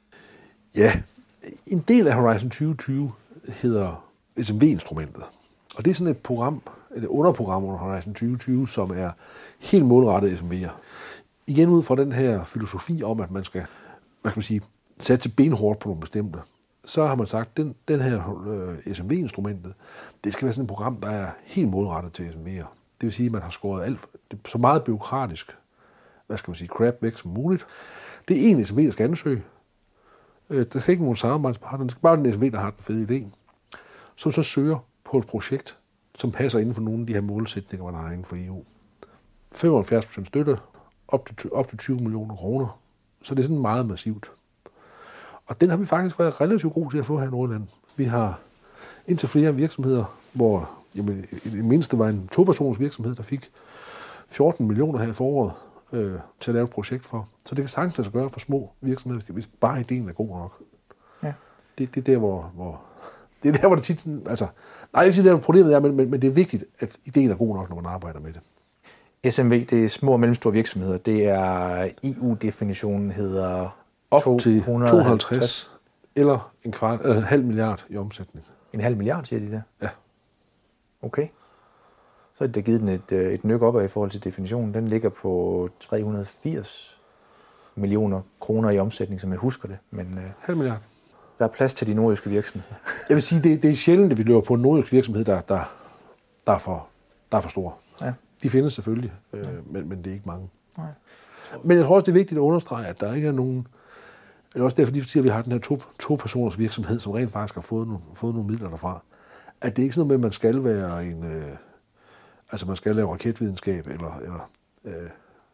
Ja, en del af Horizon tyve tyve hedder S M V-instrumentet. Og det er sådan et program, et underprogram under Horizon tyve tyve, som er helt målrettet S M V'er. Igen ud fra den her filosofi om, at man skal, hvad skal man sige, satse benhårdt på nogle bestemte. Så har man sagt, at den, den her øh, S M V-instrumentet, det skal være sådan et program, der er helt målrettet til S M V'er. Det vil sige, at man har skåret alt, så meget bureaukratisk, hvad skal man sige, crap væk som muligt. Det er en S M V, der skal ansøge. Øh, der skal ikke nogen samarbejdspartner, det skal bare den S M V, der har den fede idé, som så søger på et projekt, som passer inden for nogle af de her målsætninger, man har inden for E U. femoghalvfjerds procent støtte, op til, op til tyve millioner kroner. Så det er sådan meget massivt. Og den har vi faktisk været relativt gode til at få her i Nordjylland. Vi har indtil flere virksomheder, hvor jamen, det mindste var en to-personers virksomhed, der fik fjorten millioner her i foråret øh, til at lave et projekt for. Så det kan sagtens lade sig gøre for små virksomheder, hvis bare ideen er god nok. Ja. Det, det er der, hvor... hvor Det er der, hvor det tit... Altså, nej, ikke det der problemet er, men, men, men det er vigtigt, at ideen er god nok, når man arbejder med det. S M V, det er små og mellemstore virksomheder. Det er E U-definitionen hedder op til to hundrede og halvtreds eller en, kvart, eller en halv milliard i omsætning. En halv milliard, siger de der? Ja. Okay. Så er det givet den et, et nyk opad i forhold til definitionen. Den ligger på tre hundrede og firs millioner kroner i omsætning, som jeg husker det. Men, halv milliard. Der er plads til de nordjyske virksomheder. Jeg vil sige, det, det er sjældent, at vi løber på en nordjysk virksomhed, der, der, der, er, for, der er for stor. Ja. De findes selvfølgelig, øh, ja. men, men det er ikke mange. Nej. Men jeg tror også, det er vigtigt at understrege, at der ikke er nogen... Det er også derfor, de siger, at vi har den her to, to personers virksomhed, som rent faktisk har fået nogle, fået nogle midler derfra. At det ikke er sådan noget med, at man skal være en... Øh, altså, man skal lave raketvidenskab, eller... eller øh,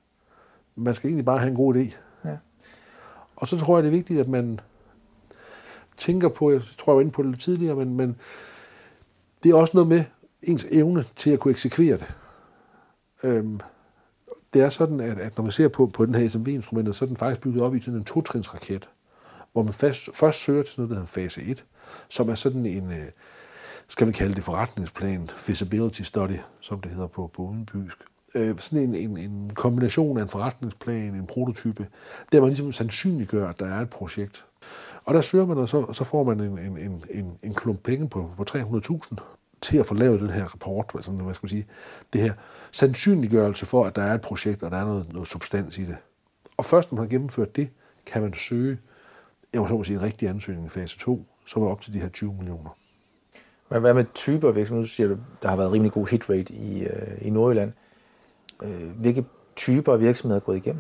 man skal egentlig bare have en god idé. Ja. Og så tror jeg, det er vigtigt, at man tænker på, jeg tror, jeg var inde på det lidt tidligere, men, men det er også noget med ens evne til at kunne eksekvere det. Øhm, det er sådan, at, at når man ser på, på den her S M V-instrumentet, så er den faktisk bygget op i sådan en totrinsraket, hvor man først, først søger til noget, der hedder fase et, som er sådan en, skal vi kalde det forretningsplan, feasibility study, som det hedder på, på udenbysk. Øh, sådan en, en, en kombination af en forretningsplan, en prototype, der man ligesom sandsynliggør, at der er et projekt. Og der søger man, og så, så får man en, en, en, en, en klump penge på, på tre hundrede tusind til at få lavet den her rapport, sådan, hvad skal man sige, det her sandsynliggørelse for, at der er et projekt, og der er noget, noget substans i det. Og først, når man har gennemført det, kan man søge, jeg må så må sige, en rigtig ansøgning i fase to, som er op til de her tyve millioner. Men hvad med typer virksomheder? Du siger, der har været rimelig god hit rate i, øh, i Nordjylland. Øh, hvilke typer af virksomheder er gået igennem?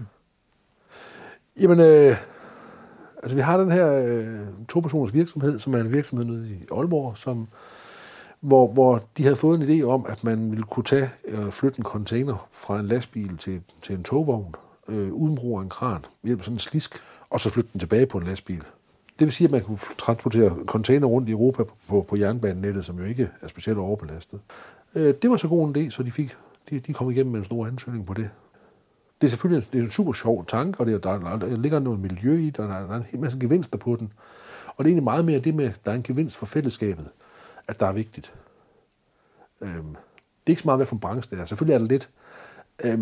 Jamen, øh, altså vi har den her øh, to-personers virksomhed, som er en virksomhed nede i Aalborg, som, hvor, hvor de havde fået en idé om, at man ville kunne tage øh, flytte en container fra en lastbil til, til en togvogn, øh, uden brug af en kran, ved hjælp af sådan en slisk, og så flytte den tilbage på en lastbil. Det vil sige, at man kunne transportere container rundt i Europa på, på, på jernbanenettet, som jo ikke er specielt overbelastet. Øh, det var så god en idé, så de fik de, de kom igennem med en stor ansøgning på det. Det er selvfølgelig det er en super sjov tanke, og det er, der, der, der ligger noget miljø i, der, der er en hel masse gevinster på den. Og det er egentlig meget mere det med, at der er en gevinst for fællesskabet, at der er vigtigt. Øhm, det er ikke så meget, hvad for en branche det er. Selvfølgelig er det lidt... Øhm,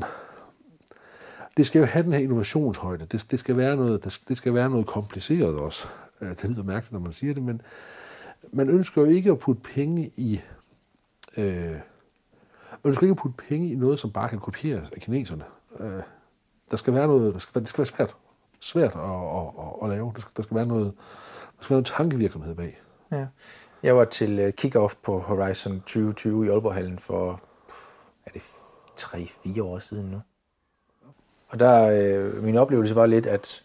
det skal jo have den her innovationshøjde. Det, det, skal være noget, det skal være noget kompliceret også. Det lyder mærkeligt, når man siger det, men man ønsker jo ikke at putte penge i... Øh, man ønsker ikke at putte penge i noget, som bare kan kopieres af kineserne. Øh, der skal være noget... Der skal, det skal være svært, svært at, at, at, at lave. Der skal, der skal være noget... Der skal være noget tankevirksomhed bag. Ja. Jeg var til kick-off på Horizon tyve tyve i Aalborghallen for... Er det tre fire år siden nu? Og der, øh, min oplevelse var lidt, at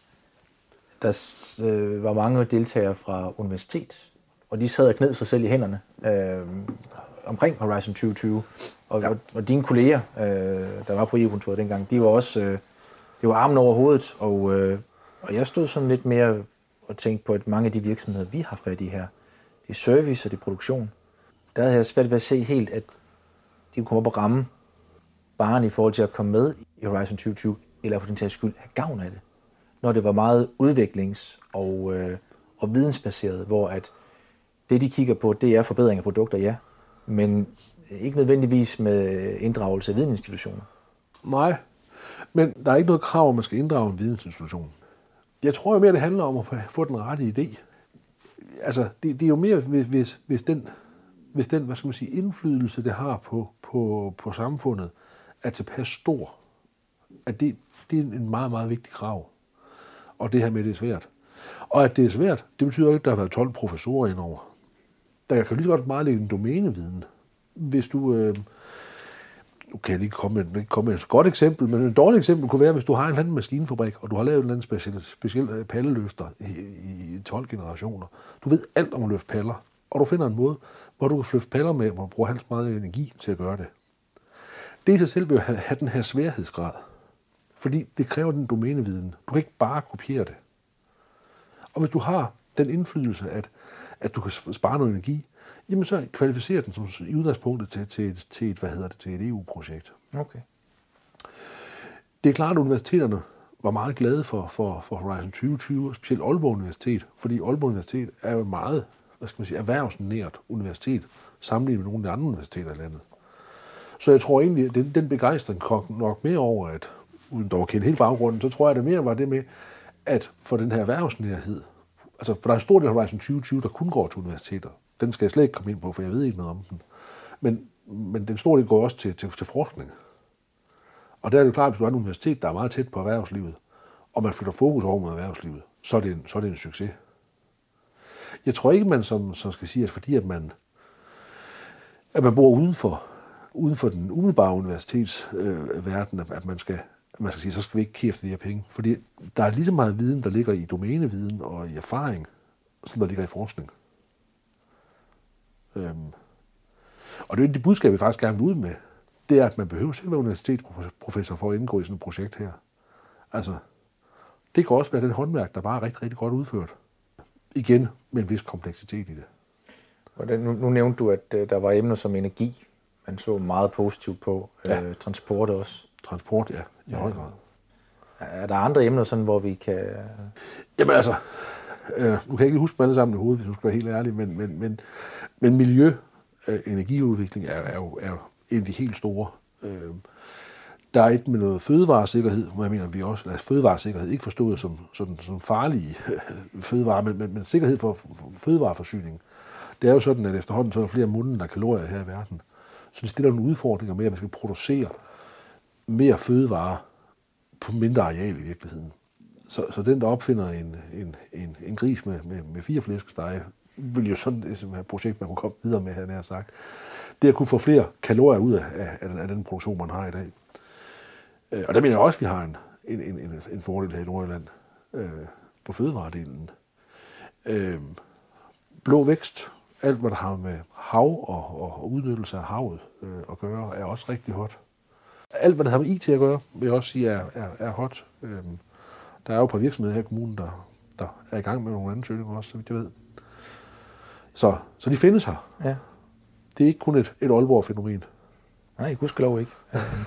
der øh, var mange deltagere fra universitet, og de sad og kned sig selv i hænderne. Øh, omkring Horizon tyve tyve. Og, Ja. og, og dine kolleger, øh, der var på E U-kontoret dengang, de var også øh, det var armen over hovedet, og, øh, og jeg stod sådan lidt mere og tænkte på, at mange af de virksomheder, vi har fat i her, det er service og det er produktion. Der havde jeg svært ved at se helt, at de kunne komme op og ramme barren i forhold til at komme med i Horizon tyve tyve, eller for den tages skyld have gavn af det. Når det var meget udviklings- og, øh, og vidensbaseret, hvor at det, de kigger på, det er forbedring af produkter, ja, men ikke nødvendigvis med inddragelse af vidensinstitutioner. Nej, men der er ikke noget krav, om man skal inddrage en vidensinstitution. Jeg tror jo mere, det handler om at få den rette idé. Altså, det, det er jo mere, hvis, hvis, hvis, den, hvis den, hvad skal man sige, indflydelse, det har på, på, på samfundet, er tilpas stor. At det, det er en meget, meget vigtig krav. Og det her med, det er svært. Og at det er svært, det betyder ikke, at der har været tolv professorer indover. Der kan lige så godt meget ligge en domæneviden. Hvis du... Øh, nu kan jeg lige komme med, ikke komme med et godt eksempel, men et dårligt eksempel kunne være, hvis du har en eller anden maskinefabrik, og du har lavet en eller anden speciel, speciel palleløfter i, i tolv generationer. Du ved alt om at løfte paller, og du finder en måde, hvor du kan løfte paller med, hvor du bruger helt meget energi til at gøre det. Det i sig selv vil have, have den her sværhedsgrad, fordi det kræver den domæneviden. Du kan ikke bare kopiere det. Og hvis du har den indflydelse, at, at du kan spare noget energi, jamen så kvalificerer den som i udgangspunktet til, til, et, til, et, hvad hedder det, til et E U-projekt. Okay. Det er klart, at universiteterne var meget glade for, for, for Horizon tyve tyve, og specielt Aalborg Universitet, fordi Aalborg Universitet er jo meget, hvad skal man sige, erhvervsnært universitet, sammenlignet med nogle af de andre universiteter i landet. Så jeg tror egentlig, at den, den begejstring kom nok mere over, at uden dog at kende hele baggrunden, så tror jeg, at det mere var det med, at for den her erhvervsnærhed, altså for der er en stor del af Horizon tyve tyve, der kun går til universiteter. Den skal jeg slet ikke komme ind på, for jeg ved ikke noget om den. Men, men den store del går også til, til, til forskning. Og der er det klart, at hvis du er et universitet, der er meget tæt på erhvervslivet, og man flytter fokus over mod erhvervslivet, så er det en, så er det en succes. Jeg tror ikke, man som, som skal sige, at fordi at man, at man bor uden for, uden for den umiddelbare universitetsverden, øh, at man skal, at man skal sige, så skal vi ikke kigge efter de her penge. Fordi der er lige så meget viden, der ligger i domæneviden og i erfaring, som der ligger i forskning. Øhm. Og det er det budskab, vi faktisk gerne vil ud med, det er, at man behøver ikke være universitetsprofessor for at indgå i sådan et projekt her. Altså, det kan også være den håndværk, der bare er rigtig, rigtig godt udført. Igen med en vis kompleksitet i det. Og det, nu, nu nævnte du, at uh, der var emner som energi, man så meget positivt på. Ja. Uh, transport også. Transport, ja, i høj grad. Er der andre emner, sådan, hvor vi kan... Jamen altså, øh, nu kan jeg ikke huske dem alle sammen i hovedet, hvis du skal være helt ærlig, men, men, men, men miljø, øh, energiudvikling er, er, jo, er jo en af de helt store. Øh, der er ikke med noget fødevaresikkerhed, hvor jeg mener, vi også, altså fødevaresikkerhed, ikke forstået som, som, som farlige fødevarer, men, men, men sikkerhed for fødevareforsyning. Det er jo sådan, at efterhånden så er der flere munde, der kalorier her i verden. Så det stiller nogle udfordringer med, at man skal producere mere fødevarer på mindre areal i virkeligheden. Så, så den, der opfinder en, en, en, en gris med, med, med fire flæskestege, vil jo sådan et projekt, man kunne komme videre med, havde jeg sagt. Det at kunne få flere kalorier ud af, af, af den produktion, man har i dag. Og der mener jeg også, at vi har en, en, en, en fordel her i Nordjylland øh, på fødevaredelen. Øh, blå vækst, alt hvad der har med hav og, og udnyttelse af havet øh, at gøre, er også rigtig hot. Alt hvad der har med I T at gøre, vil jeg også sige, er, er, er hot. Øh, der er jo et par virksomheder her i kommunen, der, der er i gang med nogle ansøgninger også, så vidt jeg ved. Så, så de findes her. Ja. Det er ikke kun et, et Aalborg-fænomen. Nej, gudskelov ikke.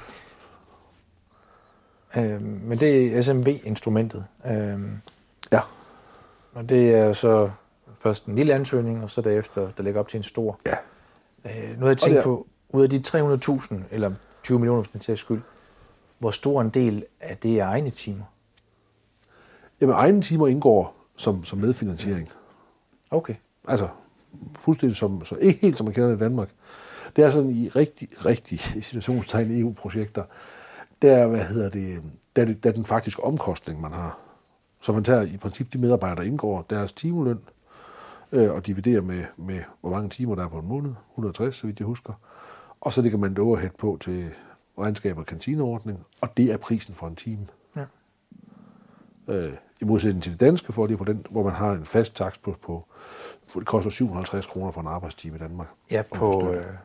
øhm, men det er S M V-instrumentet. Øhm, ja. Og det er så først en lille ansøgning, og så derefter, der ligger op til en stor. Ja. Øh, nu har jeg tænkt er... på, ud af de tre hundrede tusind, eller tyve millioner, hvis man tager skyld, hvor stor en del af det er egne timer? Jamen, egne timer indgår som, som medfinansiering. Okay. Altså, fuldstændig som, så ikke helt som man kender det i Danmark. Det er sådan i rigtig, rigtig situationstegn E U-projekter, der, hvad hedder det, der, der er den faktiske omkostning, man har. Så man tager i princip de medarbejdere, der indgår, deres timeløn, øh, og dividerer med, med, hvor mange timer der er på en måned, et hundrede og tres, så vidt jeg husker. Og så lægger man det overhead på til regnskab og kantineordning, og det er prisen for en time. Ja. Øh, I modsætning til det danske, for det på den, hvor man har en fast takst på, på det koster syv hundrede og halvtreds kroner for en arbejdstime i Danmark. Ja, på, øh,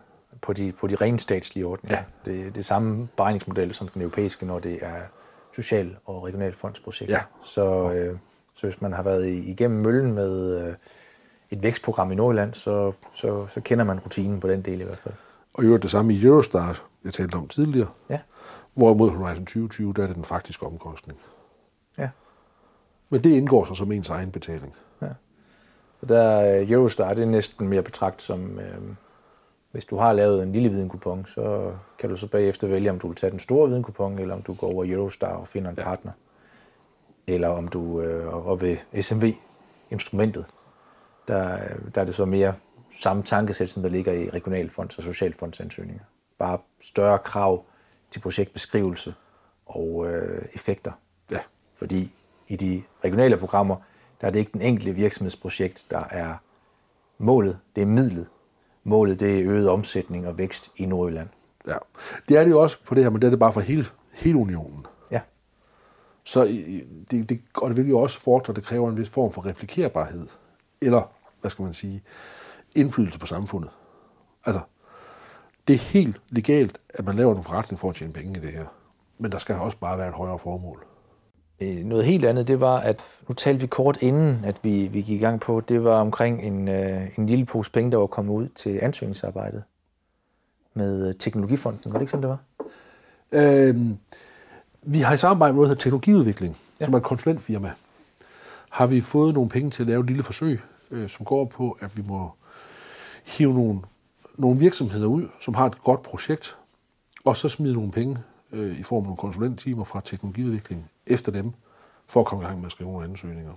på de, på de rent statslige ordninger. Ja. Det er det samme beregningsmodel som den europæiske, når det er social- og regionalfondsprojekter. Ja. Så, øh, så hvis man har været igennem møllen med øh, et vækstprogram i Nordjylland, så, så, så kender man rutinen på den del i hvert fald. Og jo det samme i Eurostar, jeg talte om tidligere. Ja. Hvorimod Horizon tyve tyve, der er det den faktiske omkostning. Ja. Men det indgår så som ens egen betaling. Ja. Og der er Eurostar, det er næsten mere betragt som, øh, hvis du har lavet en lille videnkupon, så kan du så bagefter vælge, om du vil tage den store videnkupon, eller om du går over Eurostar og finder en ja. partner. Eller om du øh, og ved S M V-instrumentet, der, der er det så mere samme tankesæt, som der ligger i regionalfonds- og socialfondsansøgninger. Bare større krav til projektbeskrivelse og øh, effekter. Ja. Fordi i de regionale programmer, der er det ikke den enkelte virksomhedsprojekt, der er målet, det er midlet. Målet, det er øget omsætning og vækst i Nordjylland. Ja, det er det jo også på det her, men det er det bare for hele, hele unionen. Ja. Så det, det, og det vil jo også fordre, at det kræver en vis form for replikerbarhed. Eller, hvad skal man sige, indflydelse på samfundet. Altså, det er helt legalt, at man laver en forretning for at tjene penge i det her. Men der skal også bare være et højere formål. Noget helt andet, det var, at nu talte vi kort inden, at vi, vi gik i gang på, det var omkring en, en lille pose penge, der var kommet ud til ansøgningsarbejdet med Teknologifonden. Var det ikke sådan, det var? Øhm, vi har i samarbejde med noget, der hedder Teknologiudvikling, ja. som er et konsulentfirma. Har vi fået nogle penge til at lave et lille forsøg, øh, som går på, at vi må hive nogle, nogle virksomheder ud, som har et godt projekt, og så smide nogle penge øh, i form af nogle konsulenttimer fra Teknologiudvikling efter dem, for at komme i gang med at skrive nogle ansøgninger.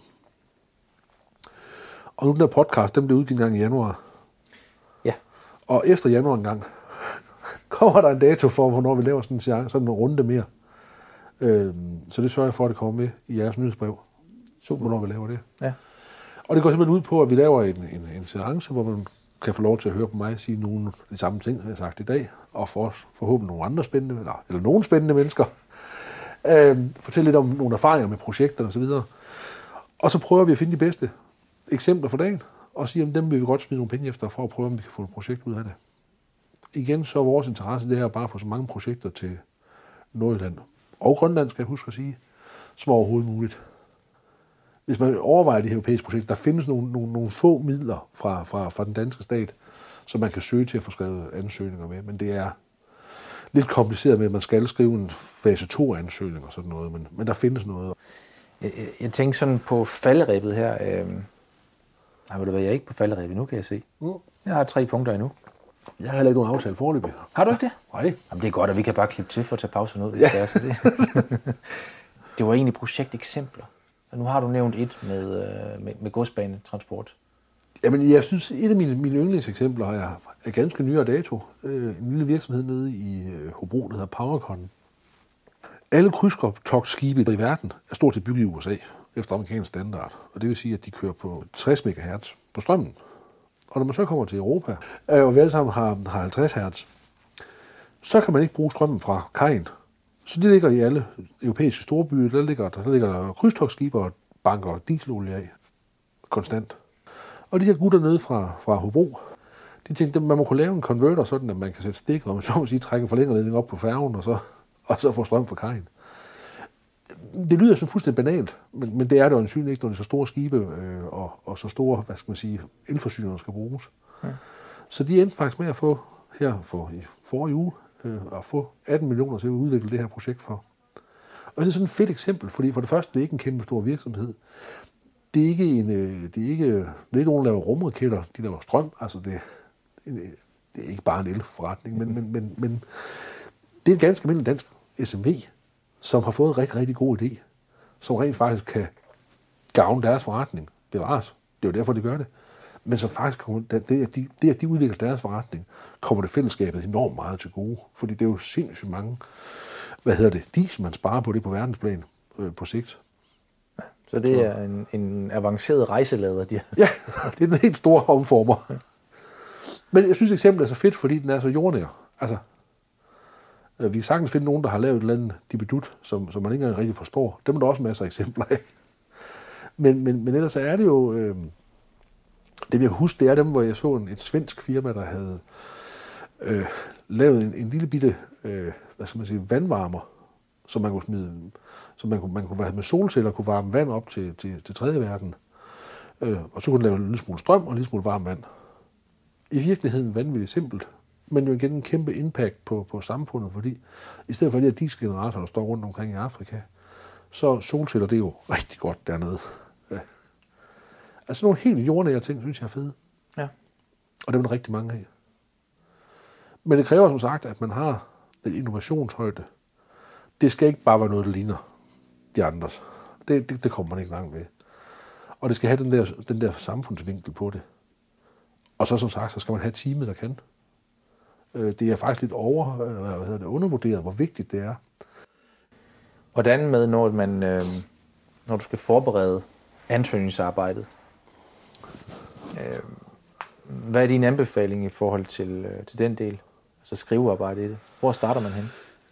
Og nu den der podcast, den blev udgivet en gang i januar. Ja. Og efter januar en gang, kommer der en dato for, hvornår vi laver sådan en, seance, sådan en runde mere. Øhm, så det sørger jeg for, at det kommer med i jeres nyhedsbrev. Super. Hvornår vi laver det. Ja. Og det går simpelthen ud på, at vi laver en, en, en seance, hvor man kan få lov til at høre på mig sige nogle af de samme ting, jeg har sagt i dag, og for os forhåbentlig nogle andre spændende, eller, eller nogle spændende mennesker. Øhm, fortælle lidt om nogle erfaringer med projekterne osv. Og så prøver vi at finde de bedste eksempler for dagen, og sige, at dem vil vi godt smide nogle penge efter, for at prøve, om vi kan få et projekt ud af det. Igen, så er vores interesse, det er bare at få så mange projekter til Nordjylland, og Grønland, skal jeg huske at sige, som overhovedet muligt. Hvis man overvejer de her europæiske projekter, der findes nogle, nogle, nogle få midler fra, fra, fra den danske stat, som man kan søge til at få skrevet ansøgninger med, men det er lidt kompliceret med, at man skal skrive en fase to ansøgning og sådan noget, men, men der findes noget. Jeg, jeg, jeg tænker sådan på falderebet her. Øh, nej, vil det være, jeg er ikke på falderebet nu, kan jeg se. Mm. Jeg har tre punkter endnu. Jeg har heller ikke nogen aftale foreløbig. Har du ikke det? Nej. Jamen, det er godt, at vi kan bare klippe til for at tage pausen ud. Ja. Det, er, så det. Det var egentlig projekteksempler. Og nu har du nævnt et med, med, med godsbanetransport. Jamen, jeg synes, et af mine, mine yndlingseksempler har jeg er ganske nyere dato. En lille virksomhed nede i Hobro, der hedder Powercon. Alle krydstogtskibe i verden er stort set bygget i U S A, efter amerikansk standard. Og det vil sige, at de kører på tres megahertz på strømmen. Og når man så kommer til Europa, og vi alle sammen har, har halvtreds hertz, så kan man ikke bruge strømmen fra kajen. Så det ligger i alle europæiske storbyer, der ligger der, ligger der krydstogtskibe og banker dieselolie af konstant. Og de her gutter nede fra, fra Hobro, de tænkte, at man må kunne lave en konverter, sådan at man kan sætte stik, og man så må sige, trække en forlængerledning op på færgen, og så, og så få strøm fra kajen. Det lyder sådan fuldstændig banalt, men, men det er det jo ansynligt ikke, når det er så store skibe øh, og, og så store, hvad skal man sige, elforsyninger skal bruges. Ja. Så de endte faktisk med at få, her for, i forrige uge, øh, at få atten millioner til at udvikle det her projekt for. Og det er sådan et fedt eksempel, fordi for det første, det er ikke en kæmpe stor virksomhed. Det er ikke, en, det er ikke, det er ikke nogen, der laver rumraketter, de laver strøm. Altså det, det er ikke bare en elforretning, men, men, men, men det er en ganske almindelig dansk S M V, som har fået en rigtig, rigtig god idé, som rent faktisk kan gavne deres forretning, bevares. Det er jo derfor, de gør det. Men som faktisk kommer, det, at de, det, at de udvikler deres forretning, kommer det fællesskabet enormt meget til gode. Fordi det er jo sindssygt mange, hvad hedder det, diesel, man sparer på det på verdensplan øh, på sigt. Så det er en, en avanceret rejselader, de har. Ja, det er en helt stor omformer. Men jeg synes, eksemplet er så fedt, fordi den er så jordnær. Altså, vi kan sagtens finde nogen, der har lavet et eller andet dibidut, som, som man ikke engang rigtig forstår. Dem er der også masser af eksempler af. Men, men, men ellers er det jo... Øh, det, jeg kan huske, det er dem, hvor jeg så en, et svensk firma, der havde øh, lavet en, en lille bitte øh, hvad skal man sige, vandvarmer, som man kunne smide, som man kunne, man kunne med solceller kunne varme vand op til, til, til tredje verden. Øh, og så kunne den lave en lille smule strøm og en lille smule varmt vand. I virkeligheden vanvittigt simpelt, men jo igen en kæmpe impact på, på samfundet, fordi i stedet for de her dieselgeneratorer, der står rundt omkring i Afrika, så solceller, det er jo rigtig godt dernede. Ja. Altså nogle helt jordnære ting, synes jeg er fede. Ja. Og det er der rigtig mange af. Men det kræver som sagt, at man har en innovationshøjde. Det skal ikke bare være noget, der ligner de andres. Det, det, det kommer man ikke langt ved. Og det skal have den der, den der samfundsvinkel på det. Og så som sagt, så skal man have teamet, der kan. Det er faktisk lidt over, hvad hedder det, undervurderet, hvor vigtigt det er. Hvordan med, når, man, øh, når du skal forberede ansøgningsarbejdet? Øh, hvad er din anbefaling i forhold til, øh, til den del? Altså skrivearbejde i det. Hvor starter man hen?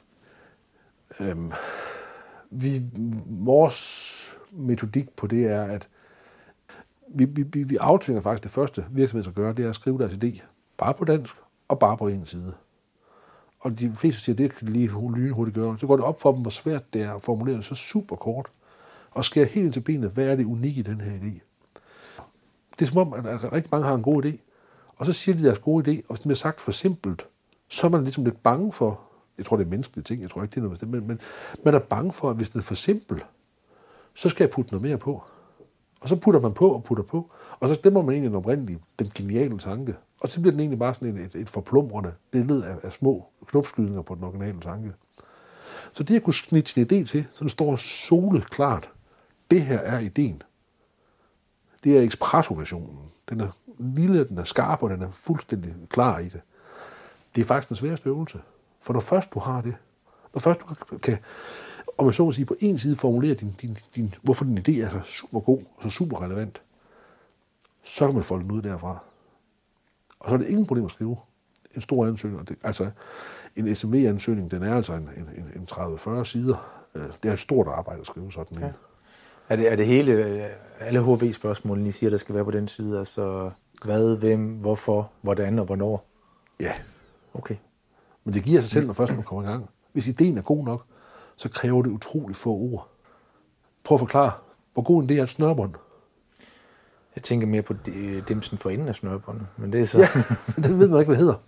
Øhm, vi, vores metodik på det er, at vi, vi, vi aftvinger faktisk det første virksomhed, der gør, det er at skrive deres idé. Bare på dansk og bare på en side. Og de fleste siger, det kan de lige lynhurtigt gøre. Så går det op for dem, hvor svært det er at formulere det så super kort. Og skære helt ind til benet, hvad er det unikke i den her idé? Det er som om, at rigtig mange har en god idé. Og så siger de deres gode idé, og hvis det bliver sagt for simpelt, så er man ligesom lidt bange for, jeg tror det er menneskelige ting, jeg tror ikke det er noget bestemt, men, men man er bange for, at hvis det er for simpelt, så skal jeg putte noget mere på. Og så putter man på og putter på, og så stemmer man egentlig den oprindelige, den geniale tanke. Og så bliver den egentlig bare sådan et, et forplumrende billede af, af små knopskydninger på den originale tanke. Så det at kunne knytte sin idé til, så den står soleklart, det her er ideen. Det er espresso-versionen. Den er lille, den er skarp, og den er fuldstændig klar i det. Det er faktisk den sværeste øvelse. For når først du har det, når først du kan, om jeg så må sige, på en side formulere, din, din, din, hvorfor din idé er så super god og så super relevant, så kan man folde den ud derfra. Og så er det ingen problem at skrive en stor ansøgning. Altså en S M V-ansøgning, den er altså en, en, en tredive til fyrre sider. Det er et stort arbejde at skrive sådan en. Ja. Er det, er det hele, alle H V-spørgsmålene, I siger, der skal være på den side? Altså hvad, hvem, hvorfor, hvordan og hvornår? Ja. Okay. Men det giver sig selv, når først man kommer i gang. Hvis ideen er god nok, så kræver det utroligt få ord. Prøv at forklare, hvor god en det er et snørbånd. Jeg tænker mere på dimsen for enden af snørbåndet, men det er så... Ja, den ved man ikke, hvad hedder.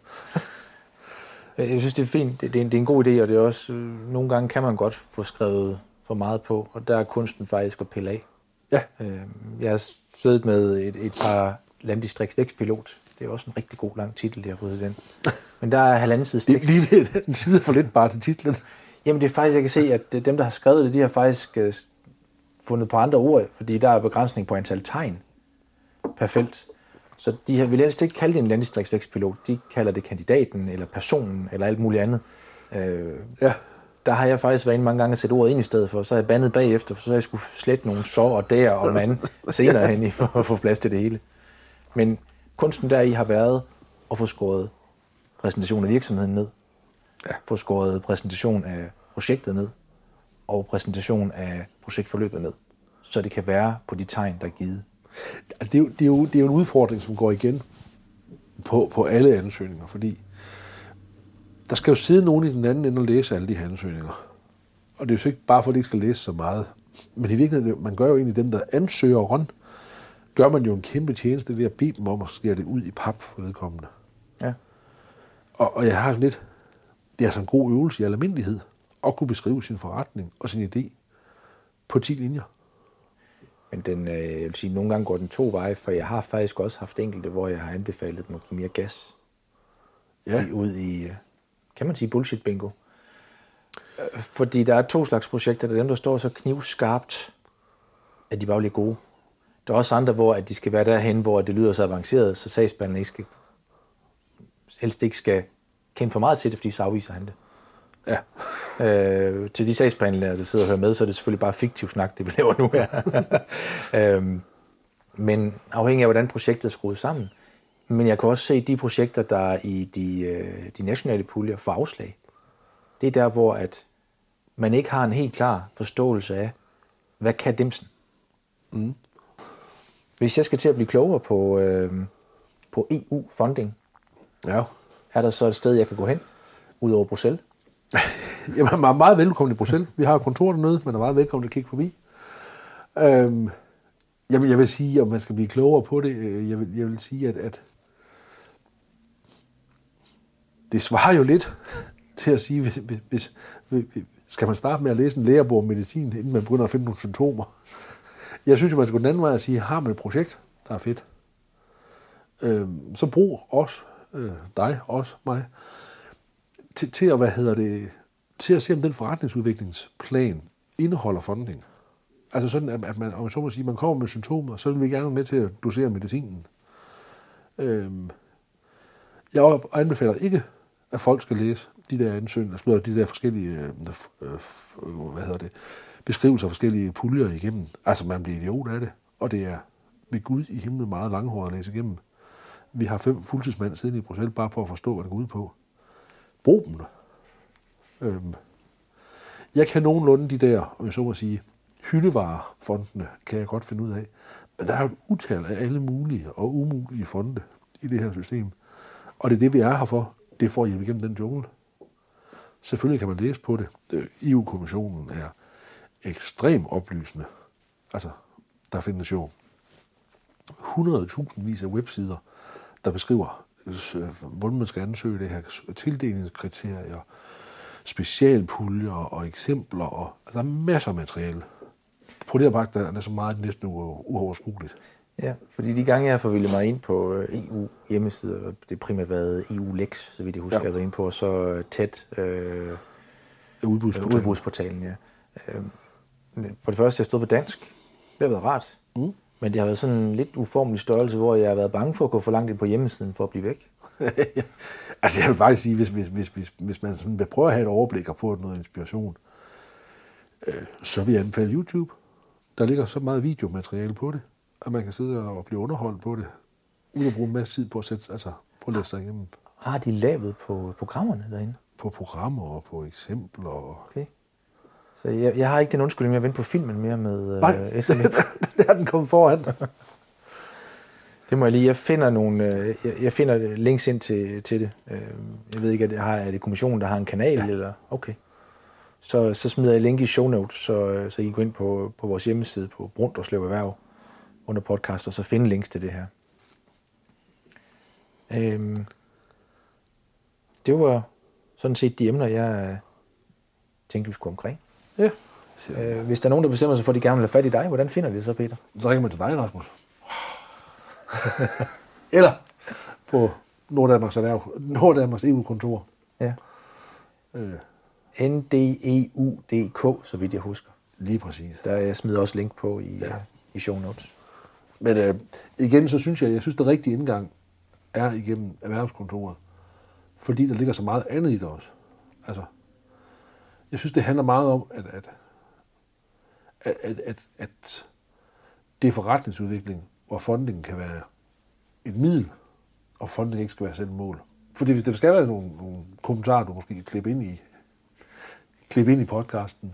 Jeg synes, det er fint. Det er en, det er en god idé, og det er også... Nogle gange kan man godt få skrevet for meget på, og der er kunsten faktisk at pille af. Ja. Jeg har siddet med et, et par Landdistrikts Vækstpilot. Det er også en rigtig god lang titel, jeg har fået den. Men der er halvanden sides tekst. Det er lige den side for lidt bare til titlen. Jamen det er faktisk, jeg kan se, at dem, der har skrevet det, de har faktisk fundet på andre ord, fordi der er begrænsning på antal tegn per felt. Så de har, vil helst ikke kalde det en landdistriktsvækstpilot. De kalder det kandidaten, eller personen, eller alt muligt andet. Øh, ja. Der har jeg faktisk været inde mange gange at sætte ordet ind i stedet for, så har jeg bandet bagefter, for så har jeg skulle slette nogle så og der og mand senere hen i for at få plads til det hele. Men kunsten der i har været at få skåret præsentation af virksomheden ned, ja. Få skåret præsentation af projektet ned, og præsentation af projektforløbet ned, så det kan være på de tegn, der er givet. Det er jo, det er jo, det er jo en udfordring, som går igen på, på alle ansøgninger, fordi der skal jo sidde nogen i den anden ende og læse alle de her ansøgninger. Og det er jo så ikke bare, for at de ikke skal læse så meget. Men i virkeligheden, man gør jo egentlig dem, der ansøger rundt, gør man jo en kæmpe tjeneste ved at bede dem om at skære det ud i pap for vedkommende. Ja. Og, og jeg har sådan lidt, det er altså en god øvelse i almindelighed, at kunne beskrive sin forretning og sin idé på ti linjer. Men den, jeg vil sige, nogle gange går den to veje, for jeg har faktisk også haft enkelte, hvor jeg har anbefalet dem at give mere gas. Ja. Ud i, kan man sige, bullshit bingo. Fordi der er to slags projekter, der er dem, der står så knivskarpt, at de bare bliver gode. Der er også andre, hvor at de skal være derhen, hvor det lyder så avanceret, så sagsbehandleren ikke skal, helst ikke skal kende for meget til det, fordi så afviser han det. Ja. Øh, til de sagsbehandlere, der sidder og hører med, så er det selvfølgelig bare fiktiv snak, det vi laver nu her. øhm, men afhængig af, hvordan projektet er skruet sammen. Men jeg kan også se de projekter, der i de, øh, de nationale puljer får afslag. Det er der, hvor at man ikke har en helt klar forståelse af, hvad kan dimsen? Mm. Hvis jeg skal til at blive klogere på, øh, på E U-funding, ja. Er der så et sted, jeg kan gå hen, ud over Bruxelles? Jamen, man er meget velkommen i Bruxelles. Vi har et kontor dernede, men er meget velkommen til at kigge forbi. Øhm, jeg, vil, jeg vil sige, om man skal blive klogere på det, jeg vil, jeg vil sige, at, at det svarer jo lidt til at sige, hvis, hvis, hvis, skal man starte med at læse en lærebog om medicin, inden man begynder at finde nogle symptomer. Jeg synes jo, man skal gå den anden vej og sige, har man et projekt, der er fedt, øhm, så brug os, øh, dig, os, mig, til, til at, hvad hedder det, til at se, om den forretningsudviklingsplan indeholder funding. Altså sådan, at man, om så må sige, man kommer med symptomer, så vil vi gerne være med til at dosere medicinen. Øhm, jeg anbefaler ikke, at folk skal læse de der ansøgninger, de der forskellige øh, hvad hedder det, beskrivelser af forskellige puljer igennem. Altså, man bliver idiot af det, og det er ved Gud i himlen meget langhåret at læse igennem. Vi har fem fuldtidsmænd siden i Bruxelles, bare på at forstå, hvad det går ud på. Brug dem. Øhm, jeg kan nogenlunde de der, om jeg så må sige, hyldevarefondene, kan jeg godt finde ud af. Men der er jo et utal af alle mulige og umulige fonde i det her system. Og det er det, vi er her for. Det er for at hjælpe igennem den jungle. Selvfølgelig kan man læse på det. E U-kommissionen er ekstremt oplysende. Altså, der findes jo hundrede tusindvis af websider, der beskriver, hvordan man skal ansøge det her, tildelingskriterier, specialpuljer og eksempler, og altså, der er masser af materiale. På det her bak, der er så meget næsten uoverskueligt. Ja, fordi de gange, jeg har forvildet mig ind på E U-hjemmesider, det har primært været E U-Lex, så vidt jeg husker, ja. Jeg har været inde på, og så tæt øh, udbudsportalen. udbudsportalen, ja. For det første, jeg stod på dansk. Det har været rart. Mm. Men det har været sådan en lidt uformelig størrelse, hvor jeg har været bange for at gå for langt ind på hjemmesiden for at blive væk. Altså jeg vil faktisk sige, hvis, hvis, hvis, hvis, hvis man sådan vil prøve at have et overblik og få noget inspiration, øh, så vil jeg anbefale YouTube. Der ligger så meget videomateriale på det, at man kan sidde og blive underholdt på det, uden at bruge en masse tid på at, sætte, altså, på at læse sig igennem. Har de lavet på programmerne derinde? På programmer og på eksempler. Og... Okay. Så jeg, jeg har ikke den undskyldning med at vente på filmen mere med Nej, S M F. det er den kommet foran. Det må jeg lige. Jeg finder nogle, jeg, jeg finder links ind til, til det. Jeg ved ikke, at det har, er det kommissionen, der har en kanal? Ja. Eller? Okay. Så, så smider jeg link i show notes, så, så I kan gå ind på, på vores hjemmeside på Brønderslev Erhverv under podcast, og så finde links til det her. Øhm, det var sådan set de emner, jeg tænkte, vi skulle omkring. Ja. Øh, hvis der er nogen, der bestemmer sig for, at de gerne vil have fat i dig, hvordan finder de det så, Peter? Så ringer man til dig, Rasmus. Eller på Norddanmarks Erhverv, Norddanmarks E U-kontor. Ja. Øh. N D E U D K, så vidt jeg husker. Lige præcis. Der jeg smider også link på i, ja. i show notes. Men øh, igen, så synes jeg, jeg synes, det rigtige indgang er igennem erhvervskontoret. Fordi der ligger så meget andet i det også. Altså, jeg synes, det handler meget om, at, at, at, at, at, at det er forretningsudvikling, hvor funding kan være et middel, og funding ikke skal være selv et mål. Fordi hvis der skal være nogle, nogle kommentarer, du måske kan klippe ind i, klippe ind i podcasten.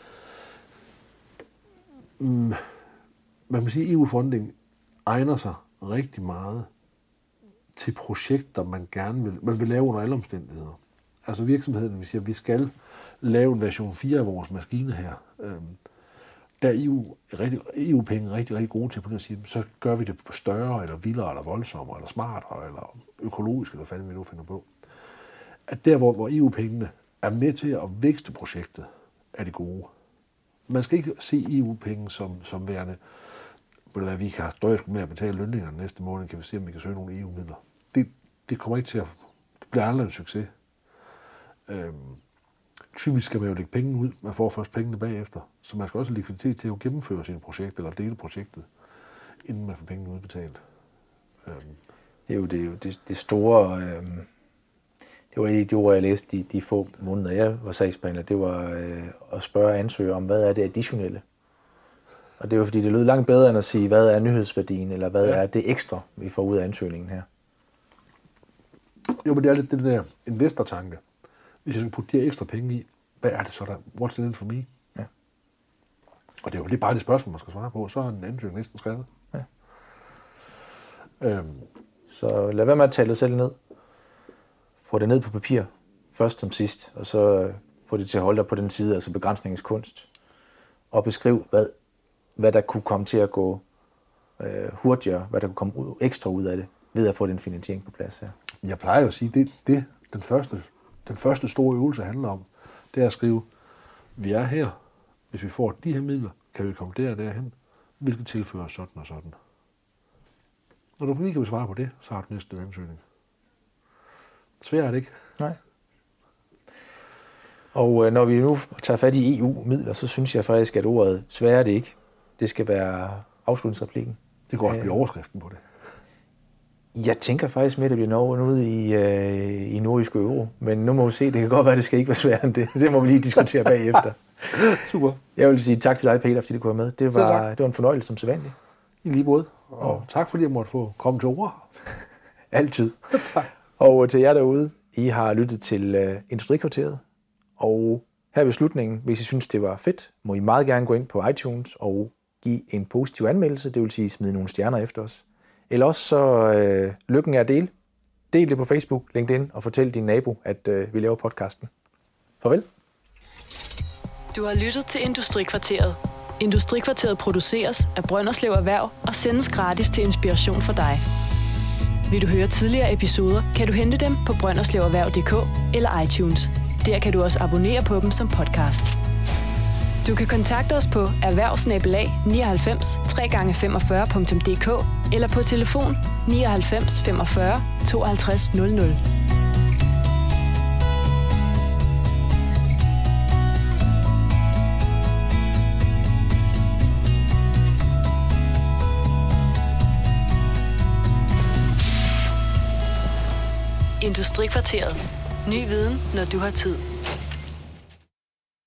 Mm, man kan sige, at E U-funding egner sig rigtig meget til projekter, man gerne vil, man vil lave under alle omstændigheder. Altså virksomheden, vi siger, at vi skal lave en version fire af vores maskine her. Øhm, der er E U, rigtig, E U-penge rigtig, rigtig gode til på at sige, så gør vi det større, eller vildere, eller voldsommere, eller smartere, eller økologisk, eller hvad fanden vi nu finder på. At der, hvor, hvor E U-pengene er med til at vækste projektet, er det gode. Man skal ikke se E U-penge som, som værende, hvad vi kan døje med at betale lønningerne næste måned, kan vi se, om vi kan søge nogle E U-midler. Det, det kommer ikke til at blive aldrig en succes. Øhm, typisk skal man jo lægge penge ud, man får først pengene bagefter, så man skal også have likviditet til at gennemføre sine projekt eller dele projektet, inden man får pengene udbetalt. Øhm. Det er jo det, er jo det, det store, øhm, det var et af de ord, jeg læste de, de få måneder, jeg var sagsbehandler, det var øh, at spørge ansøgere om, hvad er det additionelle? Og det er jo fordi, det lød langt bedre end at sige, hvad er nyhedsværdien, eller hvad ja. er det ekstra, vi får ud af ansøgningen her? Jo, men det er lidt den der investortanke. Hvis jeg skal putte de her ekstra penge i, hvad er det så der? What's in it for me? Ja. Og det er jo lige bare det spørgsmål, man skal svare på. Så er en ansøgning næsten skrevet. Ja. Øhm. Så lad være med at tale dig selv ned. få det ned på papir, først som sidst, og så få det til at holde dig på den side, altså begrænsningens kunst, og beskrive, hvad, hvad der kunne komme til at gå øh, hurtigere, hvad der kunne komme ud, ekstra ud af det, ved at få den finansiering på plads her. Jeg plejer jo at sige, det, det den første, den første store øvelse handler om, det er at skrive, vi er her, hvis vi får de her midler, kan vi komme der og derhen, hvilket tilfører sådan og sådan. Når du lige kan svare på det, så har du næste ansøgning. Svært er det ikke. Nej. Og øh, når vi nu tager fat i E U-midler, så synes jeg faktisk, at ordet svære er det ikke. Det skal være afslutningsreplikken. Det kan også blive overskriften på det. Jeg tænker faktisk med, at det bliver noget ude i, øh, i nordisk euro. Men nu må vi se, det kan godt være, at det skal ikke være sværere end det. Det må vi lige diskutere bagefter. Super. Jeg vil sige tak til dig, Peter, fordi du kunne være med. Det var, det var en fornøjelse som sædvanligt. I lige måde. Og oh. tak fordi jeg måtte få komme til ord. Altid. Tak. Og til jer derude, I har lyttet til uh, Industrikvarteret. Og her ved slutningen, hvis I synes, det var fedt, må I meget gerne gå ind på iTunes og give en positiv anmeldelse. Det vil sige, smide nogle stjerner efter os. Eller også så øh, lykken er at dele. Del det på Facebook, LinkedIn og fortæl din nabo, at øh, vi laver podcasten. Farvel. Du har lyttet til Industrikvarteret. Industrikvarteret produceres af Brønderslev Erhverv og sendes gratis til inspiration for dig. Vil du høre tidligere episoder, kan du hente dem på brønderslevererhverv punktum d k eller iTunes. Der kan du også abonnere på dem som podcast. Du kan kontakte os på erhvervsnabelag nioghalvfems tre gange femogfyrre punktum d k eller på telefon nioghalvfems femogfyrre tooghalvtreds nul nul. Industrikvarteret. Ny viden, når du har tid.